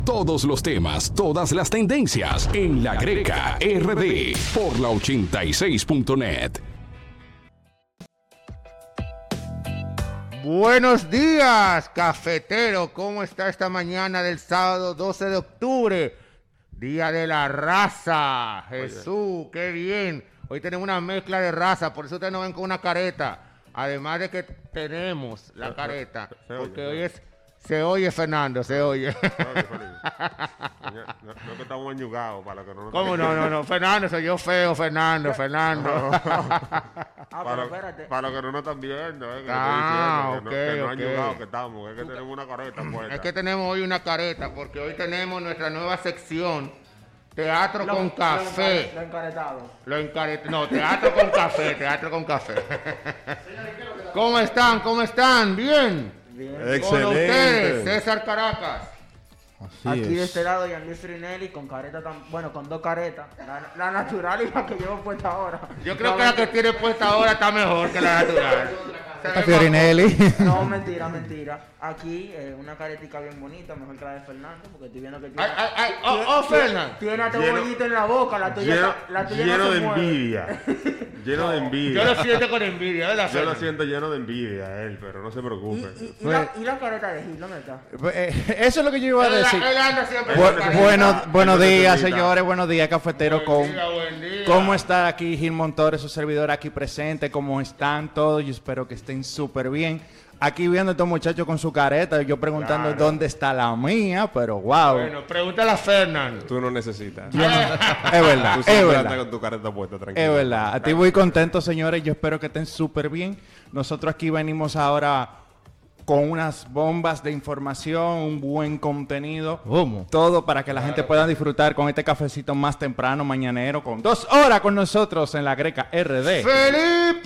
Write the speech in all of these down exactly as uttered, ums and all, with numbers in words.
Todos los temas, todas las tendencias en La Greca R D por la ochenta y seis punto net. Buenos días, cafetero. ¿Cómo está esta mañana del sábado doce de octubre? Día de la raza. Jesús, qué bien. Hoy tenemos una mezcla de raza, por eso ustedes no ven con una careta. Además de que tenemos la careta, porque hoy es... Se oye, Fernando, se oye. No, no, no que estamos enyugados para que no nos... ¿Cómo no, no, no? Fernando, soy yo feo, Fernando, Fernando. Ah, para, pero espérate. para los que no nos están viendo, eh, que Ah, estoy diciendo, que no, ok, que no ok. enyugados que estamos, es que tenemos una careta puesta. Es que tenemos hoy una careta, porque hoy tenemos nuestra nueva sección, Teatro Lo- con lo Café. encare- Lo encaretado. Lo encaret... No, Teatro con Café, Teatro con Café. ¿Cómo están? ¿Cómo están? ¿Bien? Bien. Con ustedes, César Caracas. Aquí de es. este lado, Gianluis Frinelli con careta, tan, bueno, con dos caretas. La, la natural y la que llevo puesta ahora. Yo creo No, que la que mentira. tiene puesta ahora está mejor que la natural. Se ve Fiorinelli. No, mentira, mentira. Aquí, eh, una caretica bien bonita, mejor que la de Fernando, porque estoy viendo que tiene... Ay, ay, ay, oh, tiene- oh, tiene- Fernan. Tiene hasta Lleno- bollito en la boca, la tuya, Lleno, está- la tuya lleno no se de mueve. envidia. Lleno de Yo envidia. lo siento con envidia, ¿verdad, Yo lo Fernan? siento lleno de envidia, él, pero no se Y, preocupe. y, y, la, y la careta de Gil, ¿dónde está? Eh, Eso es lo que yo iba a Él, decir. él anda siempre Bu- con careta. bueno, buenos Él días, necesita. señores. Buenos días, cafetero. Buen Con, día, buen día. ¿Cómo está aquí Gil Montores, su servidor aquí presente? ¿Cómo están todos? Yo espero que estén súper bien. Aquí viendo a estos muchachos con su careta, yo preguntando Claro. dónde está la mía, pero wow. Bueno, pregúntale a Fernan. Tú no necesitas. Yo no- es verdad, Tú es siempre verdad. andas con tu careta puesta, tranquilo. Es verdad. A ti muy contento, señores. Yo espero que estén súper bien. Nosotros aquí venimos ahora con unas bombas de información, un buen contenido. ¿Cómo? Todo para que la gente pueda disfrutar con este cafecito más temprano, mañanero, con dos horas con nosotros en la Greca R D. ¡Felipe!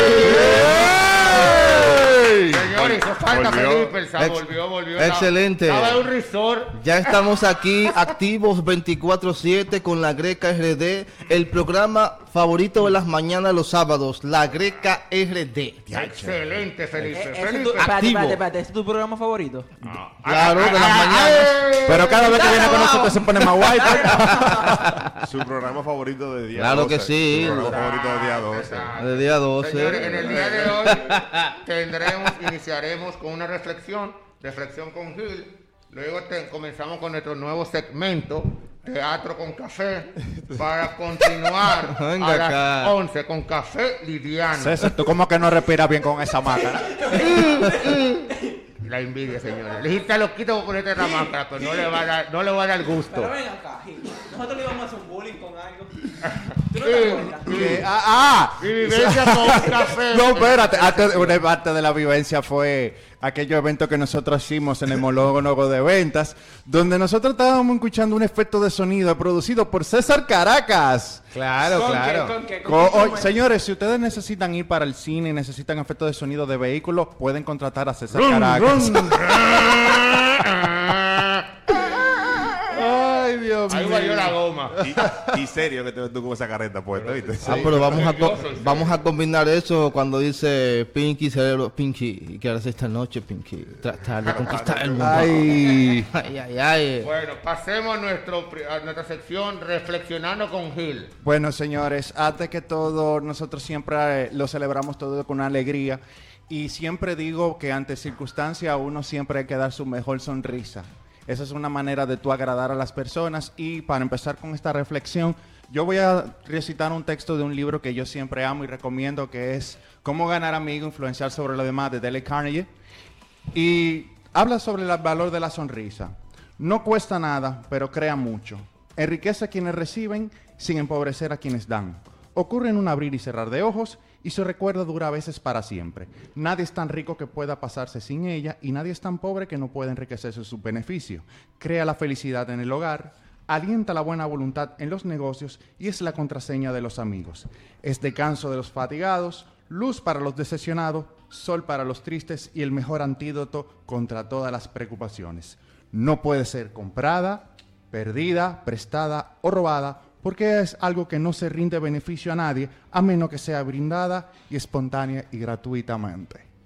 Señores, hizo falta Volvió. Felipe, el sábado, Ex- volvió, volvió. excelente. Estaba en un resort. Ya estamos aquí activos veinticuatro siete con la Greca R D, el programa favorito de las mañanas los sábados, la Greca R D. Excelente, Felipe. Eh, ¿ese es tu, Felipe. espérate, activo. espérate, espérate, ¿ese es tu programa favorito? Claro, de las Ay, mañanas. ay, Pero cada vez que viene con Bravo. nosotros se pone más guay. pues. Su programa favorito de día Claro doce. que sí. Su programa favorito de día doce. De día Señores, en el doce. día de hoy tendremos, iniciaremos con una reflexión, reflexión con Gil. Luego te- comenzamos con nuestro nuevo segmento, Teatro con Café, para continuar Venga a las acá. once con Café Lidiano. César, tú como que no respiras bien con esa máscara. La envidia, señores. Le dijiste a Loquito por ponerte la máscara, pero no le va a dar, no le va a dar gusto. Pero ven acá, Gil. Nosotros le íbamos a hacer un bullying con algo. ¿Tú no Sí, te acuerdas? sí. Eh, ah, ah. Mi vivencia con café. No, espérate, antes, una parte de la vivencia fue aquello evento que nosotros hicimos en el monólogo de ventas, donde nosotros estábamos escuchando un efecto de sonido producido por César Caracas. Claro, ¿Con claro. qué? ¿Con qué? ¿Con Co- qué oh, instrumento? señores, si ustedes necesitan ir para el cine y necesitan efectos de sonido de vehículos, pueden contratar a César Rum, Caracas. rum. Ay, Dios Ahí mío. valió la goma. Y, y serio que te ves tú con esa careta puesta, ¿viste? Ah, pero vamos a, co- nervioso, sí. vamos a combinar eso cuando dice Pinky, cerebro, Pinky, ¿qué harás esta noche, Pinky? Tratar de conquistar el mundo. Ay, ay, ay, ay. Bueno, pasemos a, nuestro, pri- a nuestra sección Reflexionando con Gil. Bueno, señores, antes que todo, nosotros siempre eh, lo celebramos todo con alegría y siempre digo que ante circunstancias uno siempre hay que dar su mejor sonrisa. Esa es una manera de tú agradar a las personas y para empezar con esta reflexión, yo voy a recitar un texto de un libro que yo siempre amo y recomiendo que es Cómo ganar amigos, influenciar sobre los demás de Dale Carnegie y habla sobre el valor de la sonrisa. No cuesta nada, pero crea mucho. Enriquece a quienes reciben sin empobrecer a quienes dan. Ocurre en un abrir y cerrar de ojos y su recuerdo dura a veces para siempre. Nadie es tan rico que pueda pasarse sin ella y nadie es tan pobre que no pueda enriquecerse sus beneficios. Crea la felicidad en el hogar, alienta la buena voluntad en los negocios y es la contraseña de los amigos. Es descanso de los fatigados, luz para los decepcionados, sol para los tristes y el mejor antídoto contra todas las preocupaciones. No puede ser comprada, perdida, prestada o robada, porque es algo que no se rinde beneficio a nadie, a menos que sea brindada y espontánea y gratuitamente. Wow.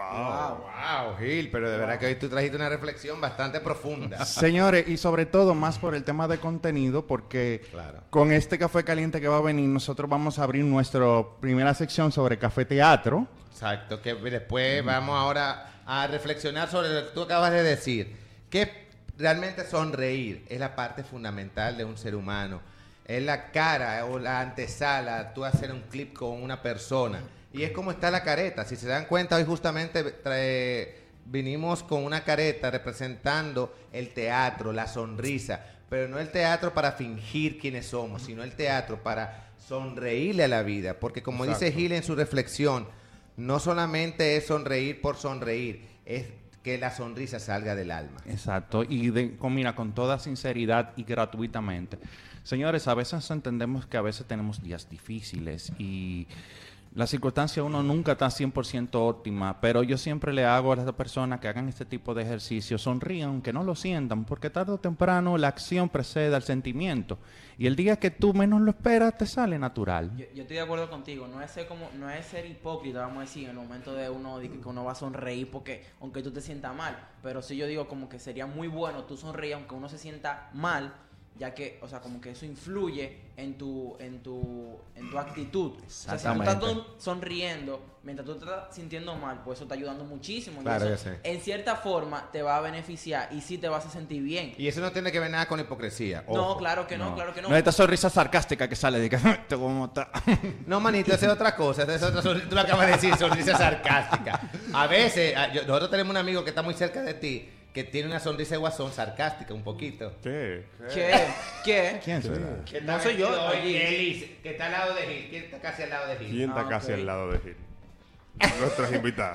Wow. Wow, Gil, pero de verdad que hoy tú trajiste una reflexión bastante profunda. Señores, y sobre todo más por el tema de contenido, porque Claro. con este café caliente que va a venir, nosotros vamos a abrir nuestra primera sección sobre café teatro. Exacto, que después vamos ahora a reflexionar sobre lo que tú acabas de decir. Que realmente sonreír es la parte fundamental de un ser humano. Es la cara o la antesala, tú hacer un clip con una persona. Y es como está la careta. Si se dan cuenta, hoy justamente trae, vinimos con una careta representando el teatro, la sonrisa. Pero no el teatro para fingir quiénes somos, sino el teatro para sonreírle a la vida. Porque como Exacto. dice Gil en su reflexión, no solamente es sonreír por sonreír, es que la sonrisa salga del alma. Exacto, y de, con, mira, con toda sinceridad y gratuitamente. Señores, a veces entendemos que a veces tenemos días difíciles y la circunstancia uno nunca está cien por ciento óptima, pero yo siempre le hago a las personas que hagan este tipo de ejercicios, sonrían aunque no lo sientan, porque tarde o temprano la acción precede al sentimiento y el día que tú menos lo esperas te sale natural. Yo, yo estoy de acuerdo contigo, no es ser como, no es ser hipócrita, vamos a decir, en el momento de uno de que uno va a sonreír porque aunque tú te sientas mal, pero sí yo digo como que sería muy bueno tú sonreír aunque uno se sienta mal, ya que, o sea, como que eso influye en tu, en tu, en tu actitud. O sea, si tú estás Exactamente. ton- sonriendo mientras tú te estás sintiendo mal, pues eso está ayudando muchísimo. Y Claro eso, que sí. en cierta forma te va a beneficiar y sí te vas a sentir bien. Y eso no tiene que ver nada con hipocresía. No, ojo. claro que no, claro que no. No, esta sonrisa sarcástica que sale de que "Te cómo está". No, manito, esa es otra cosa. Esa es otra sonrisa. Tú lo acabas de decir, sonrisa sarcástica. A veces, a- yo- nosotros tenemos un amigo que está muy cerca de ti, que tiene una sonrisa de guasón sarcástica, un poquito. ¿Qué? ¿Qué? ¿Qué? ¿Quién será? Que No soy yo, vestido hoy, allí. que Elise, que está al lado de Gil. ¿Quién está casi al lado de Gil? ¿Quién está Ah, casi ok. al lado de Gil? Nuestras invitadas.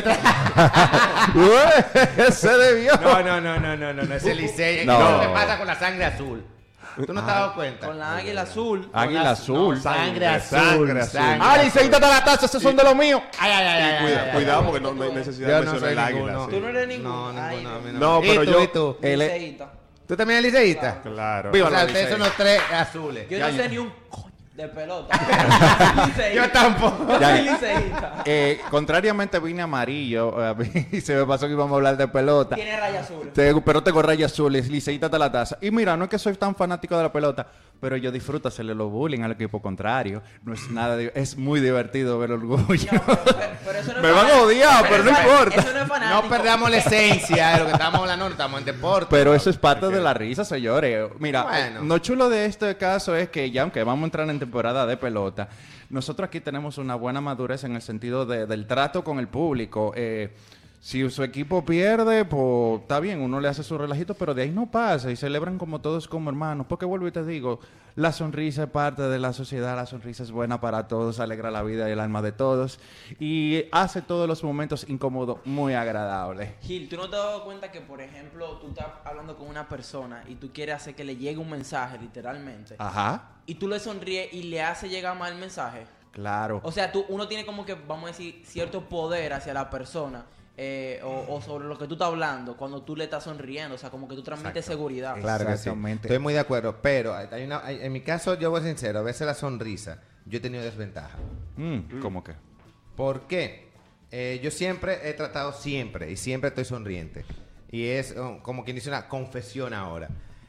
Se debió. No, no, no, no, no, no, no es Eliseo. No. No. ¿Qué pasa con la sangre azul? ¿Tú no te has dado cuenta? Con la águila azul. Águila Con la- azul. no, sangre Sangre, azul. sangre azul. sangre Ah, Liceíta de la taza, esos son de los míos. Ay, ay, ay, ay, Cuida- ay, ay, cuidado ay. porque no, no hay necesidad Yo de no mencionar soy el águila. ninguno. sí. Tú no eres ninguno. No, Ay, ninguno. a mí No, ¿Y pero tú, yo- ¿Y tú? Él es- Liceíta. ¿Tú también eres liceísta? Claro. Viva O sea, la ustedes Licey. son los tres azules. Yo Ya, no ya. sé ni un coño de pelota. Liceísta. Yo tampoco. Yo Ya, soy ya. liceísta. Eh, contrariamente vine amarillo, a mí se me pasó que íbamos a hablar de pelota. Tiene raya azul. Te- pero tengo rayas azules, liceíta de la taza. Y mira, no es que soy tan fanático de la pelota, pero yo disfruto hacerle los bullying al equipo contrario. No es nada, di- es muy divertido ver orgullo. No, pero, pero- pero eso no es Me van a fanático. odiar, pero no eso- importa. Eso no es fanático. No perdamos la esencia de lo que estamos hablando, no estamos en deporte. Pero eso es parte de la risa, señores. Mira, Bueno. lo chulo de este caso es que ya, aunque vamos a entrar en temporada de pelota, nosotros aquí tenemos una buena madurez en el sentido de- del trato con el público. Eh, si su equipo pierde, pues está bien, uno le hace su relajito, pero de ahí no pasa y celebran como todos como hermanos. Porque vuelvo y te digo, la sonrisa es parte de la sociedad, la sonrisa es buena para todos, alegra la vida y el alma de todos y hace todos los momentos incómodos muy agradables. Gil, ¿tú no te has dado cuenta que, por ejemplo, tú estás hablando con una persona y tú quieres hacer que le llegue un mensaje, literalmente, Ajá, y tú le sonríes y le hace llegar mal el mensaje? claro. O sea, tú, uno tiene como que, vamos a decir, cierto poder hacia la persona eh, o, o sobre lo que tú estás hablando cuando tú le estás sonriendo. O sea, como que tú transmites seguridad. Claro que sí. Exactamente. Estoy muy de acuerdo, pero hay hay una, hay- en mi caso, yo voy sincero, a veces la sonrisa, yo he tenido desventaja. Mm, ¿Cómo que? ¿Por qué? Eh, yo siempre he tratado siempre y siempre estoy sonriente. Y es oh, como quien dice una confesión ahora.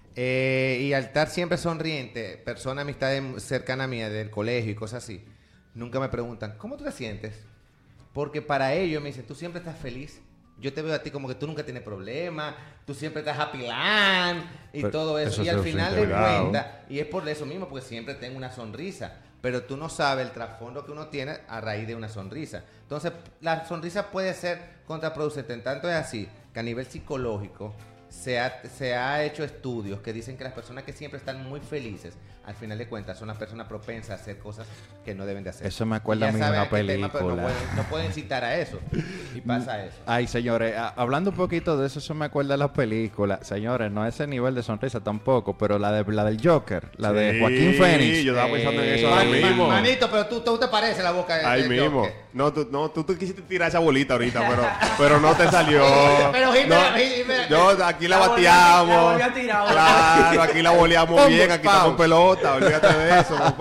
Eh, y al estar siempre sonriente, personas, amistades cercanas a mí del colegio y cosas así, nunca me preguntan, ¿cómo tú te sientes? Porque para ellos me dicen, tú siempre estás feliz. Yo te veo a ti como que tú nunca tienes problemas, tú siempre estás happy land y Pero todo eso. eso Y se al lo final siente, de cuidado. cuentas, y es por eso mismo, porque siempre tengo una sonrisa. Pero tú no sabes el trasfondo que uno tiene a raíz de una sonrisa. Entonces, la sonrisa puede ser contraproducente. En tanto es así, que a nivel psicológico se ha, se ha hecho estudios que dicen que las personas que siempre están muy felices, al final de cuentas, son las personas propensas a hacer cosas que no deben de hacer. Eso me acuerda Y ya a mí de saben una a qué tema, pero película. no, pueden, no pueden citar a eso. Y pasa eso. Ay, señores, a- hablando un poquito de eso, eso me acuerda de la película. Señores, no ese nivel de sonrisa tampoco, pero la de la del Joker, la de Sí, Joaquín Phoenix. yo estaba pensando en Eh, eso ahora Man- mismo. man- Manito, pero tú, tú te pareces la boca de Ahí de mismo. Joker. No, tú, no, tú, tú quisiste tirar esa bolita ahorita, pero, pero no te salió. Pero Gil, No, Gil, Gil, yo, aquí la La volvió a- bateamos. la volvió a tirar. Claro, aquí la boleamos Pombo, bien, aquí pau. estamos en pelota. Olvídate de eso, papá.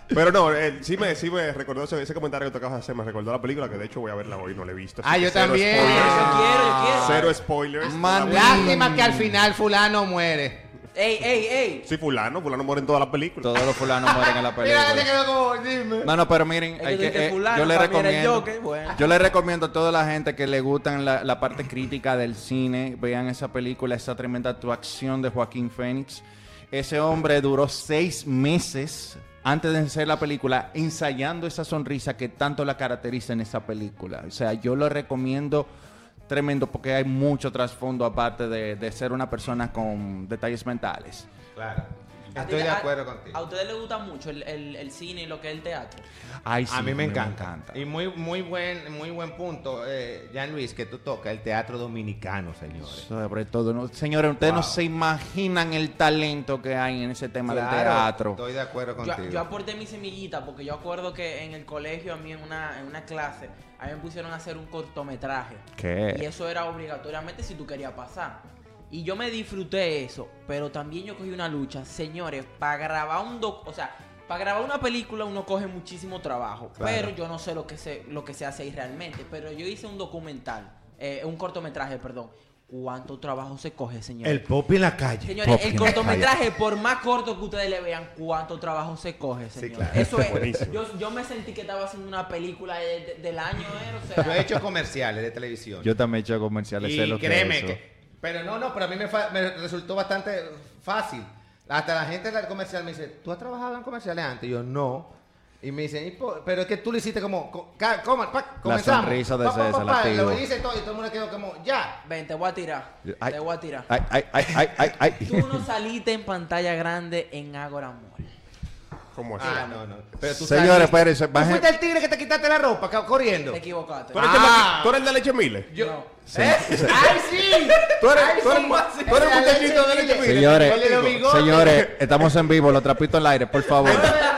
Pero no, eh, sí, me, sí me recordó ese, ese comentario que tú acabas de hacer. Me recordó la película que de hecho voy a verla hoy. No la he visto. Ah, así yo que cero también. spoilers. Yo quiero, yo quiero. Cero spoilers. Man- Lástima que al final fulano muere. Ey, ey, ey. Sí, fulano. Fulano muere en todas las películas. Todos los fulanos mueren en la Mira, se película. quedó como, dime. No, no, pero miren, Es hay que tú que, dices eh, fulano, yo le para mí era el recomiendo, Joker, bueno. yo le recomiendo a toda la gente que le gustan la, la parte crítica del cine, vean esa película, esa tremenda actuación de Joaquín Phoenix. Ese hombre duró seis meses antes de hacer la película ensayando esa sonrisa que tanto la caracteriza en esa película. O sea, yo lo recomiendo tremendo porque hay mucho trasfondo aparte de, de ser una persona con detalles mentales. Claro. ¿A Estoy ti- de a- acuerdo contigo. ¿A ustedes les gusta mucho el, el, el cine y lo que es el teatro? Ay, sí, A mí me encanta. Y muy, muy buen, muy buen punto, eh, Jean Luis, que tú tocas el teatro dominicano, señores. Sobre todo, ¿no? Señores, ustedes no Wow. se imaginan el talento que hay en ese tema del Claro, teatro. Estoy de acuerdo Yo, contigo. yo aporté mi semillita porque yo acuerdo que en el colegio, a mí en una, en una clase, a mí me pusieron a hacer un cortometraje. ¿Qué? Y eso era obligatoriamente si tú querías pasar. Y yo me disfruté eso, pero también yo cogí una lucha. Señores, para grabar un doc... O sea, para grabar una película uno coge muchísimo trabajo. Claro. Pero yo no sé lo que se, lo que se hace ahí realmente. Pero yo hice un documental, eh, un cortometraje, perdón. ¿Cuánto trabajo se coge, señores? El pop en la calle. Señores, Pop el in cortometraje, por más corto que ustedes le vean, cuánto trabajo se coge, señores. claro. Eso es. Buenísimo. Yo, yo me sentí que estaba haciendo una película de- de- del año, ¿eh? O sea, Yo he hecho comerciales de televisión. Yo también he hecho comerciales, sé y lo que créeme es eso. que... Pero no, no, pero a mí me, fa- me resultó bastante fácil. Hasta la gente del comercial me dice, ¿tú has trabajado en comerciales antes? Y yo, no. Y me dicen, "¿Y por- pero es que tú lo hiciste como... co- ca- coma- pa- comenzamos. sonrisa de Pa, pa, César, pa, pa, lativo. Lo hice todo y todo el mundo quedó como, ya. ven, te voy a tirar. Ay, te voy a tirar. Ay, ay, ay, ay, ay, ay. Tú no saliste en pantalla grande en Ágora Mall. ¿Cómo así? Ah, no, no. Pero tú Señores, saliste- espérense, ¿Tú bajen- fuiste el tigre que te quitaste la ropa ca- corriendo? Te equivocaste. ¿Tú eres, Ah. el maqui- ¿Tú eres el de leche Mile? Yo... No. ¿Eh? ¡Ay, sí! Tú eres, Ay, tú eres, sí. tú eres La un muchachito de leche leche Mile. Señores, El de los bigotes. señores, estamos en vivo, los trapitos al aire, por favor.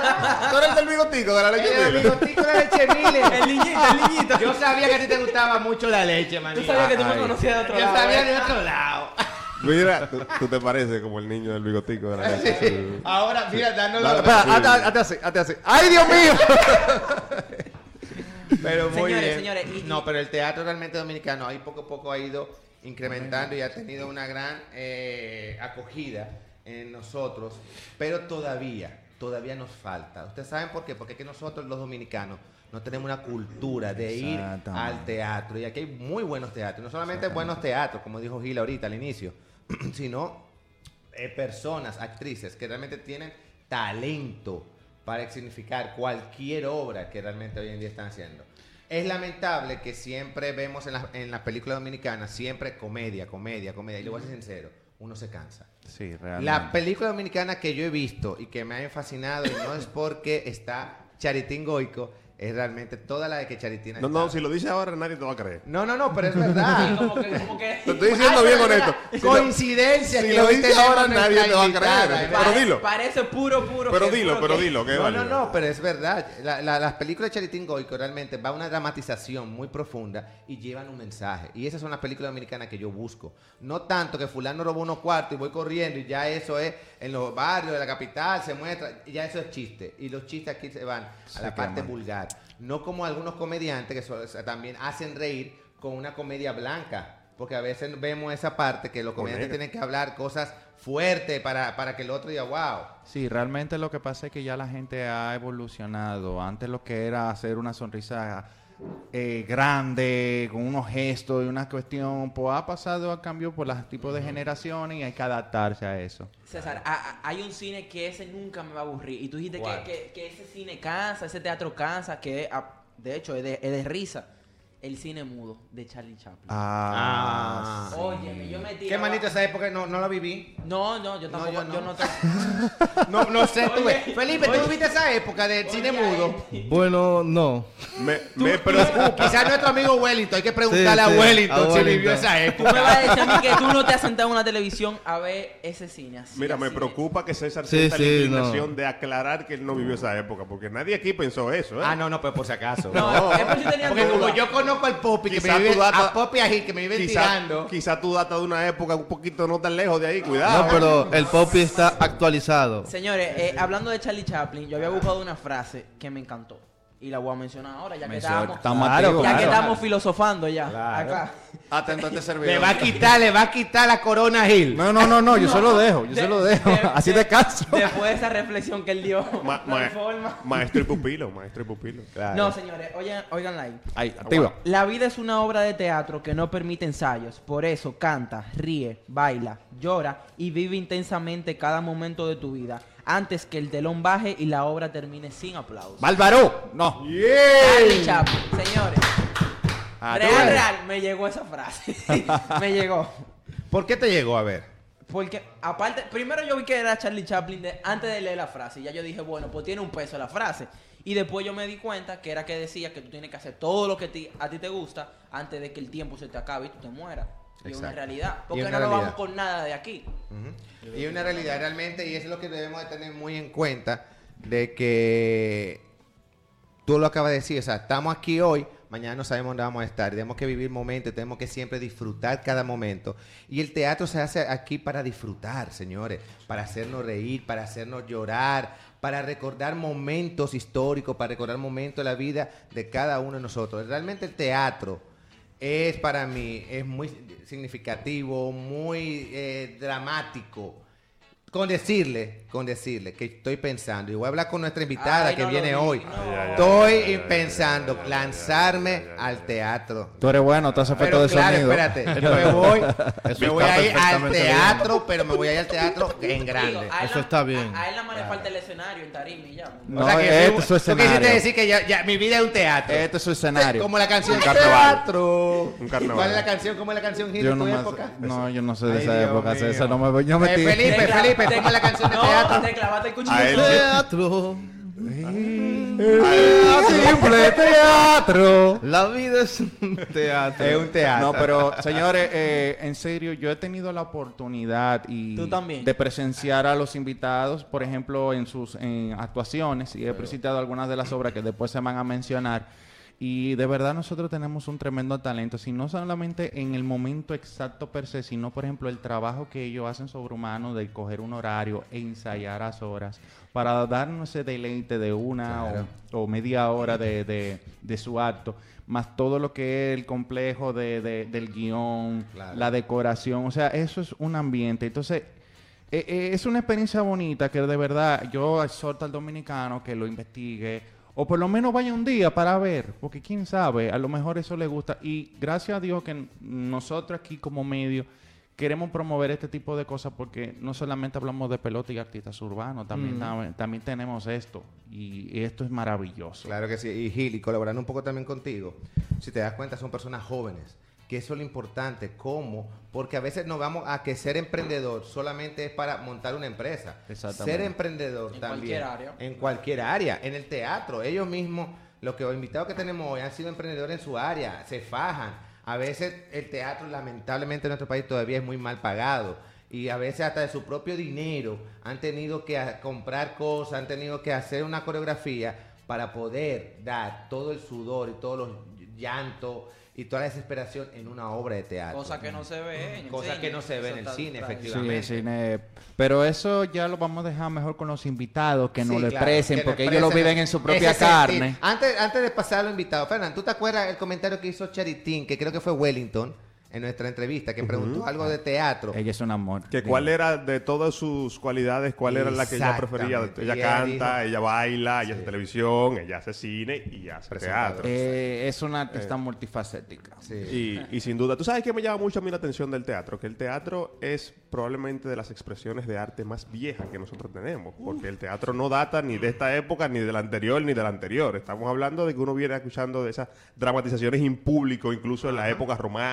Tú eres el del bigotico de la leche El Mile. bigotico de leche Mile. El niñito, el niñito. Yo sabía que a ti te gustaba mucho la leche, manito. Tú sabías que tú me Ay. conocías de otro Yo lado. sabía ¿eh? de otro lado. Mira, tú, tú te pareces como el niño del bigotico de la leche. Sí. Ahora, mira, dándolo. Dale, Espera, Sí. hazte hazte así, hazte así. ¡Ay, Dios mío! Pero muy Señores, bien. señores, y- No, pero el teatro realmente dominicano ahí poco a poco ha ido incrementando y ha tenido una gran eh, acogida en nosotros, pero todavía, todavía nos falta. ¿Ustedes saben por qué? Porque es que nosotros los dominicanos no tenemos una cultura de ir Exactamente. al teatro y aquí hay muy buenos teatros, no solamente buenos teatros, como dijo Gil ahorita al inicio, sino eh, personas, actrices que realmente tienen talento para significar cualquier obra que realmente hoy en día están haciendo. Es lamentable que siempre vemos en las en las películas dominicanas, siempre comedia, comedia, comedia. Y le voy a ser sincero, uno se cansa. Sí, realmente. La película dominicana que yo he visto y que me ha fascinado, y no es porque está Charitín Goico, es realmente toda la de que Charitín ha No, no, estado. si lo dices ahora nadie te va a creer. No, no, no, pero es Sí, verdad. como que, como que... Te estoy diciendo Ay, bien pero honesto. mira, Si lo- coincidencia si que lo hoy dices tenemos ahora, nuestra nadie te va a invitada, creer. ¿eh? Pero Pare- dilo. Parece puro, puro. Pero que- dilo, puro pero que- dilo, que es No, válido. no, no, pero es verdad. La- la- las películas de Charitín Goico realmente va a una dramatización muy profunda y llevan un mensaje. Y esas son las películas dominicanas que yo busco. No tanto que fulano robó unos cuartos y voy corriendo y ya eso es en los barrios de la capital, se muestra, y ya eso es chiste. Y los chistes aquí se van a Se la parte queman. vulgar. No como algunos comediantes que so- o sea, también hacen reír con una comedia blanca. Porque a veces vemos esa parte que los comediantes negro. tienen que hablar cosas fuertes para, para que el otro diga, wow. Sí, realmente lo que pasa es que ya la gente ha evolucionado. Antes lo que era hacer una sonrisa eh, grande, con unos gestos y una cuestión, pues ha pasado a cambio por los tipos de generaciones y hay que adaptarse a eso. César, a- a- hay un cine que ese nunca me va a aburrir. Y tú dijiste que, ¿Cuál? que, que ese cine cansa, ese teatro cansa, que ah, de hecho es de, es de risa. El cine mudo de Charlie Chaplin. Ah, sí. Óyeme, yo me tiraba- ¿Qué manito esa época? No, no la viví. No, no, yo No, tampoco, yo yo no. no, te- No, no sé, tú Oye, ves. Felipe, ¿tú oye. viviste esa época del cine Oye, mudo? Bueno, no. Me, me preocupa. Quizás nuestro amigo Wellington, hay que preguntarle Sí, a sí, Wellington a si Wellington. vivió esa Tú época. me vas a decir a mí que tú no te has sentado en una televisión a ver ese cine así. Mira, me así de- preocupa que César Sí, sienta sí, la inclinación no. de aclarar que él no vivió esa época, porque nadie aquí pensó eso, ¿eh? Ah, no, no, pues por si acaso. No, es por si tenían Porque duda. como yo conozco conozco al Popi que Quizá me vive, tú data- a Popi Agil que me vive Quizá, tirando. quizá tú datas de una época un poquito no tan lejos de ahí, cuidado. No, pero el Poppy está actualizado. Señores, eh, hablando de Charlie Chaplin, yo había buscado una frase que me encantó. Y la voy a mencionar ahora, ya que Menciona- estábamos, estamos Claro, activos. ya que claro. estamos filosofando ya. Claro. Acá. Atento a este servidor. Le va a quitar, le va a quitar la corona Gil. No, no, no, no, yo se lo dejo, yo De- se lo dejo. de- Así de caso. Después de esa reflexión que él dio, Ma- no hay ma- forma. maestro y pupilo, maestro y pupilo. Claro. No, señores, oigan, oiganla ahí. Ahí, activa. La vida es una obra de teatro que no permite ensayos. Por eso canta, ríe, baila, llora y vive intensamente cada momento de tu vida antes que el telón baje y la obra termine sin aplausos. Bárbaro. No. Charlie Chaplin, señores. Ah, tú real, ves. real, me llegó esa frase. me llegó. ¿Por qué te llegó? A ver. Porque aparte, primero yo vi que era Charlie Chaplin de- antes de leer la frase. Y ya yo dije, bueno, pues tiene un peso la frase. Y después yo me di cuenta que era que decía que tú tienes que hacer todo lo que ti- a ti te gusta antes de que el tiempo se te acabe y tú te mueras. Y es una Exacto. realidad. Y Porque una no nos realidad. vamos con nada de aquí. Ujú. Y una realidad realmente, y eso es lo que debemos de tener muy en cuenta, de que tú lo acabas de decir, o sea, estamos aquí hoy, mañana no sabemos dónde vamos a estar, tenemos que vivir momentos, tenemos que siempre disfrutar cada momento. Y el teatro se hace aquí para disfrutar, señores, para hacernos reír, para hacernos llorar, para recordar momentos históricos, para recordar momentos de la vida de cada uno de nosotros. Realmente el teatro es para mí, es muy significativo, muy eh, dramático. Con decirle, con decirle que estoy pensando, y voy a hablar con nuestra invitada Ay, que no lo viene digas, hoy. no. Ya, ya, Estoy ya, ya, ya, pensando ya, ya, lanzarme ya, ya, ya, al ya. teatro. Tú eres bueno, tú haces efecto Pero de claro, sonido. espérate, me voy, Eso me voy está a ir al perfectamente bien. teatro, pero me voy a ir al teatro en Digo, grande. a él Eso na- está bien. A, a él nada más le falta el escenario en tarima y ya. No, o sea que este tú- es su tú quisiste escenario. decir que ya, ya mi vida es un teatro. Este es su escenario. Como la canción Un carnaval. teatro. Un carnaval. ¿Cuál es la canción? ¿Cómo es la canción Gil, Yo de no, tu me- época? no, yo no sé de Ay, esa Dios época. mío. Esa no me, yo me Eh, metí. Felipe, Te cla- Felipe, te- ¿cómo es la canción de no, teatro? te clavaste el cuchillo. A él- Teatro. Simple teatro. La vida es un teatro. Es un teatro. No, pero señores, eh, en serio, yo he tenido la oportunidad y Tú también. de presenciar a los invitados, por ejemplo, en sus en actuaciones, y he presentado algunas de las obras que después se van a mencionar. Y de verdad nosotros tenemos un tremendo talento, si no solamente en el momento exacto per se, sino por ejemplo el trabajo que ellos hacen sobrehumano de coger un horario e ensayar a horas para darnos ese deleite de una Claro. o, o media hora de, de- de su acto, más todo lo que es el complejo de, de- del guión, Claro. la decoración, o sea, eso es un ambiente. Entonces, eh, eh, es una experiencia bonita que de verdad yo exhorto al dominicano que lo investigue. O por lo menos vaya un día para ver, porque quién sabe, a lo mejor eso le gusta. Y gracias a Dios que n- nosotros aquí como medio queremos promover este tipo de cosas porque no solamente hablamos de pelota y artistas urbanos, también, tam- también tenemos esto. Y, y esto es maravilloso. Claro que sí. Y Gil, y colaborando un poco también contigo, si te das cuenta, son personas jóvenes. Que eso es lo importante, ¿cómo? Porque a veces nos vamos a que ser emprendedor solamente es para montar una empresa. Exactamente. Ser emprendedor En también. cualquier área. En cualquier área. En el teatro. Ellos mismos, los que los invitados que tenemos hoy han sido emprendedores en su área, se fajan. A veces el teatro, lamentablemente en nuestro país todavía es muy mal pagado. Y a veces hasta de su propio dinero han tenido que a- comprar cosas, han tenido que hacer una coreografía para poder dar todo el sudor y todos los llantos y toda la desesperación en una obra de teatro. Cosa que no se ve en el Cosa cine. que no se ve Eso en el está- cine, está- Sí, efectivamente. el cine. Pero eso ya lo vamos a dejar mejor con los invitados, que nos Sí, lo claro, expresen, que nos porque ellos lo expresen viven en su propia ese sentir. carne. Antes, antes de pasar a los invitados, Fernando, ¿tú te acuerdas el comentario que hizo Charitín, que creo que fue Wellington, en nuestra entrevista, que preguntó algo de teatro? Ella es un amor. Que cuál era de todas sus cualidades, cuál era la que ella prefería. Exactamente. Ella Y ella canta, dijo- ella baila, ella Sí. hace televisión, ella hace cine y hace Presentadora. teatro. Eh, es una artista multifacética. Sí. Y, y sin duda, tú sabes que me llama mucho a mí la atención del teatro, que el teatro es probablemente de las expresiones de arte más viejas que nosotros tenemos, porque el teatro no data ni de esta época, ni de la anterior, ni de la anterior. Estamos hablando de que uno viene escuchando de esas dramatizaciones en público, incluso en la época romana y cómo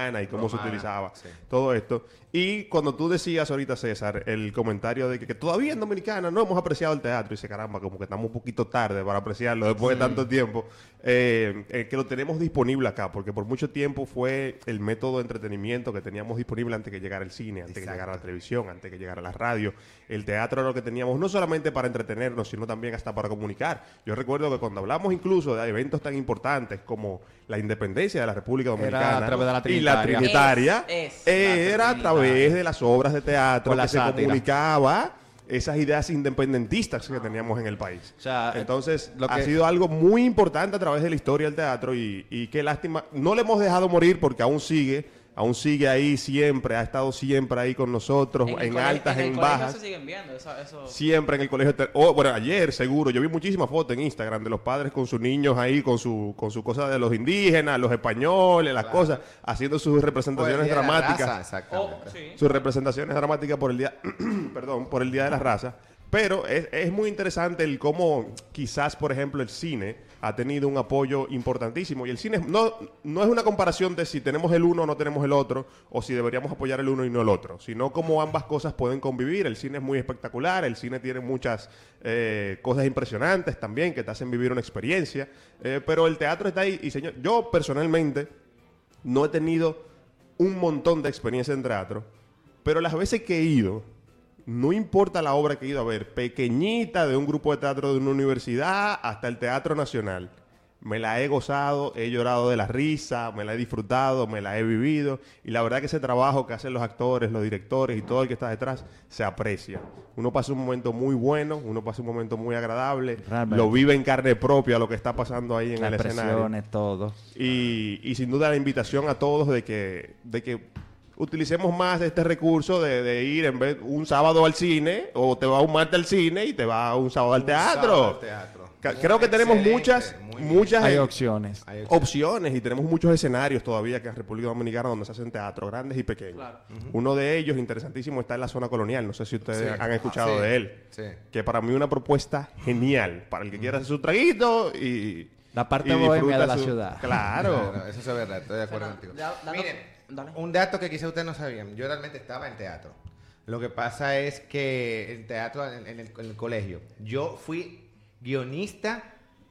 se Romana, utilizaba, sí. todo esto. Y cuando tú decías ahorita, César, el comentario de que, que todavía en Dominicana no hemos apreciado el teatro, y dice, caramba, como que estamos un poquito tarde para apreciarlo después de tanto tiempo, eh, eh, que lo tenemos disponible acá, porque por mucho tiempo fue el método de entretenimiento que teníamos disponible antes que llegara el cine, antes que Exacto. llegara la televisión, antes que llegara la radio. El teatro era lo que teníamos no solamente para entretenernos, sino también hasta para comunicar. Yo recuerdo que cuando hablamos incluso de eventos tan importantes como la independencia de la República Dominicana a través de la y la Trinitaria. Trinitaria, Es- es eh, la era a Trinitaria. través de las obras de teatro Con la que se sátira. comunicaba esas ideas independentistas que teníamos en el país. O sea, Entonces, lo ha que- sido algo muy importante a través de la historia del teatro y, y qué lástima. No le hemos dejado morir porque aún sigue, aún sigue ahí siempre, ha estado siempre ahí con nosotros, en, el cole- altas, en, en, el colegio bajas. se siguen viendo, eso, eso. Siempre en el colegio. te- Oh, bueno, ayer seguro. Yo vi muchísimas fotos en Instagram de los padres con sus niños ahí, con su con su cosa de los indígenas, los españoles, las cosas, haciendo sus Por el representaciones Día de la dramáticas. Raza, Oh, exactamente. sí. Sus representaciones dramáticas por el día, perdón, por el Día de la Raza. Pero es, es muy interesante el cómo quizás, por ejemplo, el cine ha tenido un apoyo importantísimo. Y el cine no, no es una comparación de si tenemos el uno o no tenemos el otro, o si deberíamos apoyar el uno y no el otro, sino cómo ambas cosas pueden convivir. El cine es muy espectacular, el cine tiene muchas eh, cosas impresionantes también que te hacen vivir una experiencia, eh, pero el teatro está ahí. Y señor, yo personalmente no he tenido un montón de experiencia en teatro, pero las veces que he ido, no importa la obra que he ido a ver, pequeñita, de un grupo de teatro de una universidad hasta el Teatro Nacional, me la he gozado, he llorado de la risa, me la he disfrutado, me la he vivido, y la verdad que ese trabajo que hacen los actores, los directores y todo el que está detrás, se aprecia. Uno pasa un momento muy bueno, uno pasa un momento muy agradable, Realmente. lo vive en carne propia lo que está pasando ahí en Las el escenario. presiones, todo. Y, y sin duda la invitación a todos de que, de que utilicemos más este recurso de, de ir en vez un sábado al cine, o te vas un martes al cine y te vas un sábado al teatro. sábado al teatro. Ca- Creo que tenemos Excelente, muchas, muy bien. muchas Hay eh, opciones. Hay opciones. opciones y tenemos muchos escenarios todavía que en República Dominicana donde se hacen teatros grandes y pequeños. Claro. Uno de ellos, interesantísimo, está en la zona colonial. No sé si ustedes Sí. han escuchado Sí. de él. Sí. Que para mí una propuesta genial para el que quiera hacer su traguito y... La parte y bohemia disfruta de la su- ciudad. Claro. Claro, eso es verdad, estoy de acuerdo contigo. da- dando- Miren, dale. un dato que quizá ustedes no sabían. Yo realmente estaba en teatro. Lo que pasa es que en teatro, en, en el, en el colegio, yo fui guionista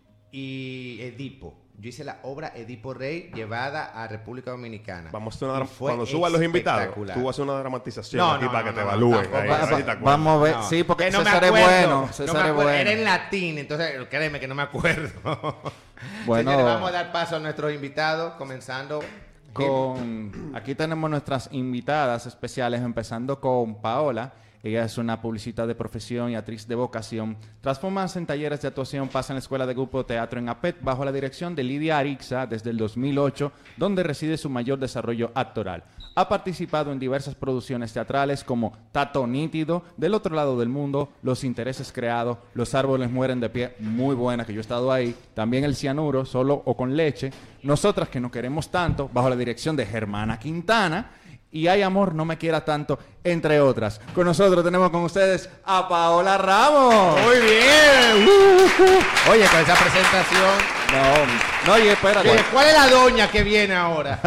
y Edipo. Yo hice la obra Edipo Rey llevada a República Dominicana. Vamos a hacer una Y dra- fue cuando suban los invitados, espectacular. tú vas a hacer una dramatización No, aquí no, para no, que te no, evalúen. tampoco. ahí, Va- a ver va- si te acuerdas. Vamos a ver, No, sí, porque que no me César es acuerdo, bueno. no César me es acuerdo, bueno. Era en latín, entonces créeme que no me acuerdo. Bueno. Señores, vamos a dar paso a nuestros invitados, comenzando Con, aquí tenemos nuestras invitadas especiales, empezando con Paola. Ella es una publicista de profesión y actriz de vocación. Tras formarse en talleres de actuación, pasa en la Escuela de Grupo de Teatro en A P E T bajo la dirección de Lidia Arixa desde el dos mil ocho, donde reside su mayor desarrollo actoral. Ha participado en diversas producciones teatrales como Tato Nítido, Del Otro Lado del Mundo, Los Intereses Creados, Los Árboles Mueren de Pie, muy buena, que yo he estado ahí. También El Cianuro, Solo o con Leche. Nosotras que no queremos tanto, bajo la dirección de Germana Quintana. Y Hay Amor, No Me Quiera Tanto, entre otras. Con nosotros tenemos con ustedes a Paola Ramos. Muy bien. Uh, Oye, con esa presentación. No, no, y espérate. Oye, ¿cuál es la doña que viene ahora?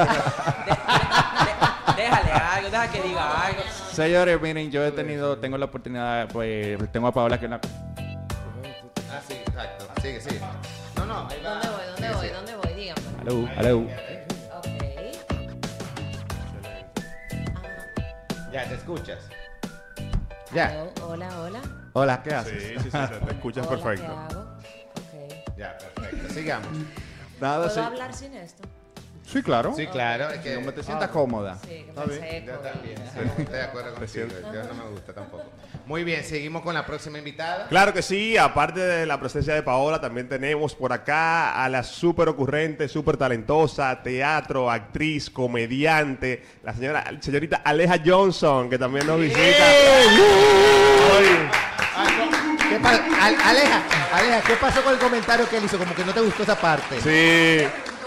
De- déjale algo, deja que diga algo. Señores, miren, yo he tenido, tengo la oportunidad, pues, tengo a Paola que es una... Ah, sí, exacto. Sigue, sigue. No, no, ahí va. ¿Dónde voy? ¿Dónde Sigue, voy? sigue. ¿Dónde voy? Dígame. Aló, aló. Ok. Ya, te escuchas. Ya, Hello, Hola, hola. Hola, ¿qué Sí, haces? sí, sí, te escuchas Hola, perfecto. ¿qué hago? Ok. ya, perfecto. Sigamos. Nada, ¿Puedo sí. hablar sin esto? Sí, claro. Sí, claro. Es que No te sientas cómoda. Sí, que Está me bien. seco. Yo también, y- sí, estoy de acuerdo contigo. Yo no me gusta tampoco. Muy bien, seguimos con la próxima invitada. Claro que sí, aparte de la presencia de Paola, también tenemos por acá a la súper ocurrente, súper talentosa, teatro, actriz, comediante, la señora, señorita Aleja Johnson, que también nos visita. Hoy. ¿Qué pa- Al- Aleja, Aleja, ¿qué pasó con el comentario que él hizo? Como que no te gustó esa parte. Sí.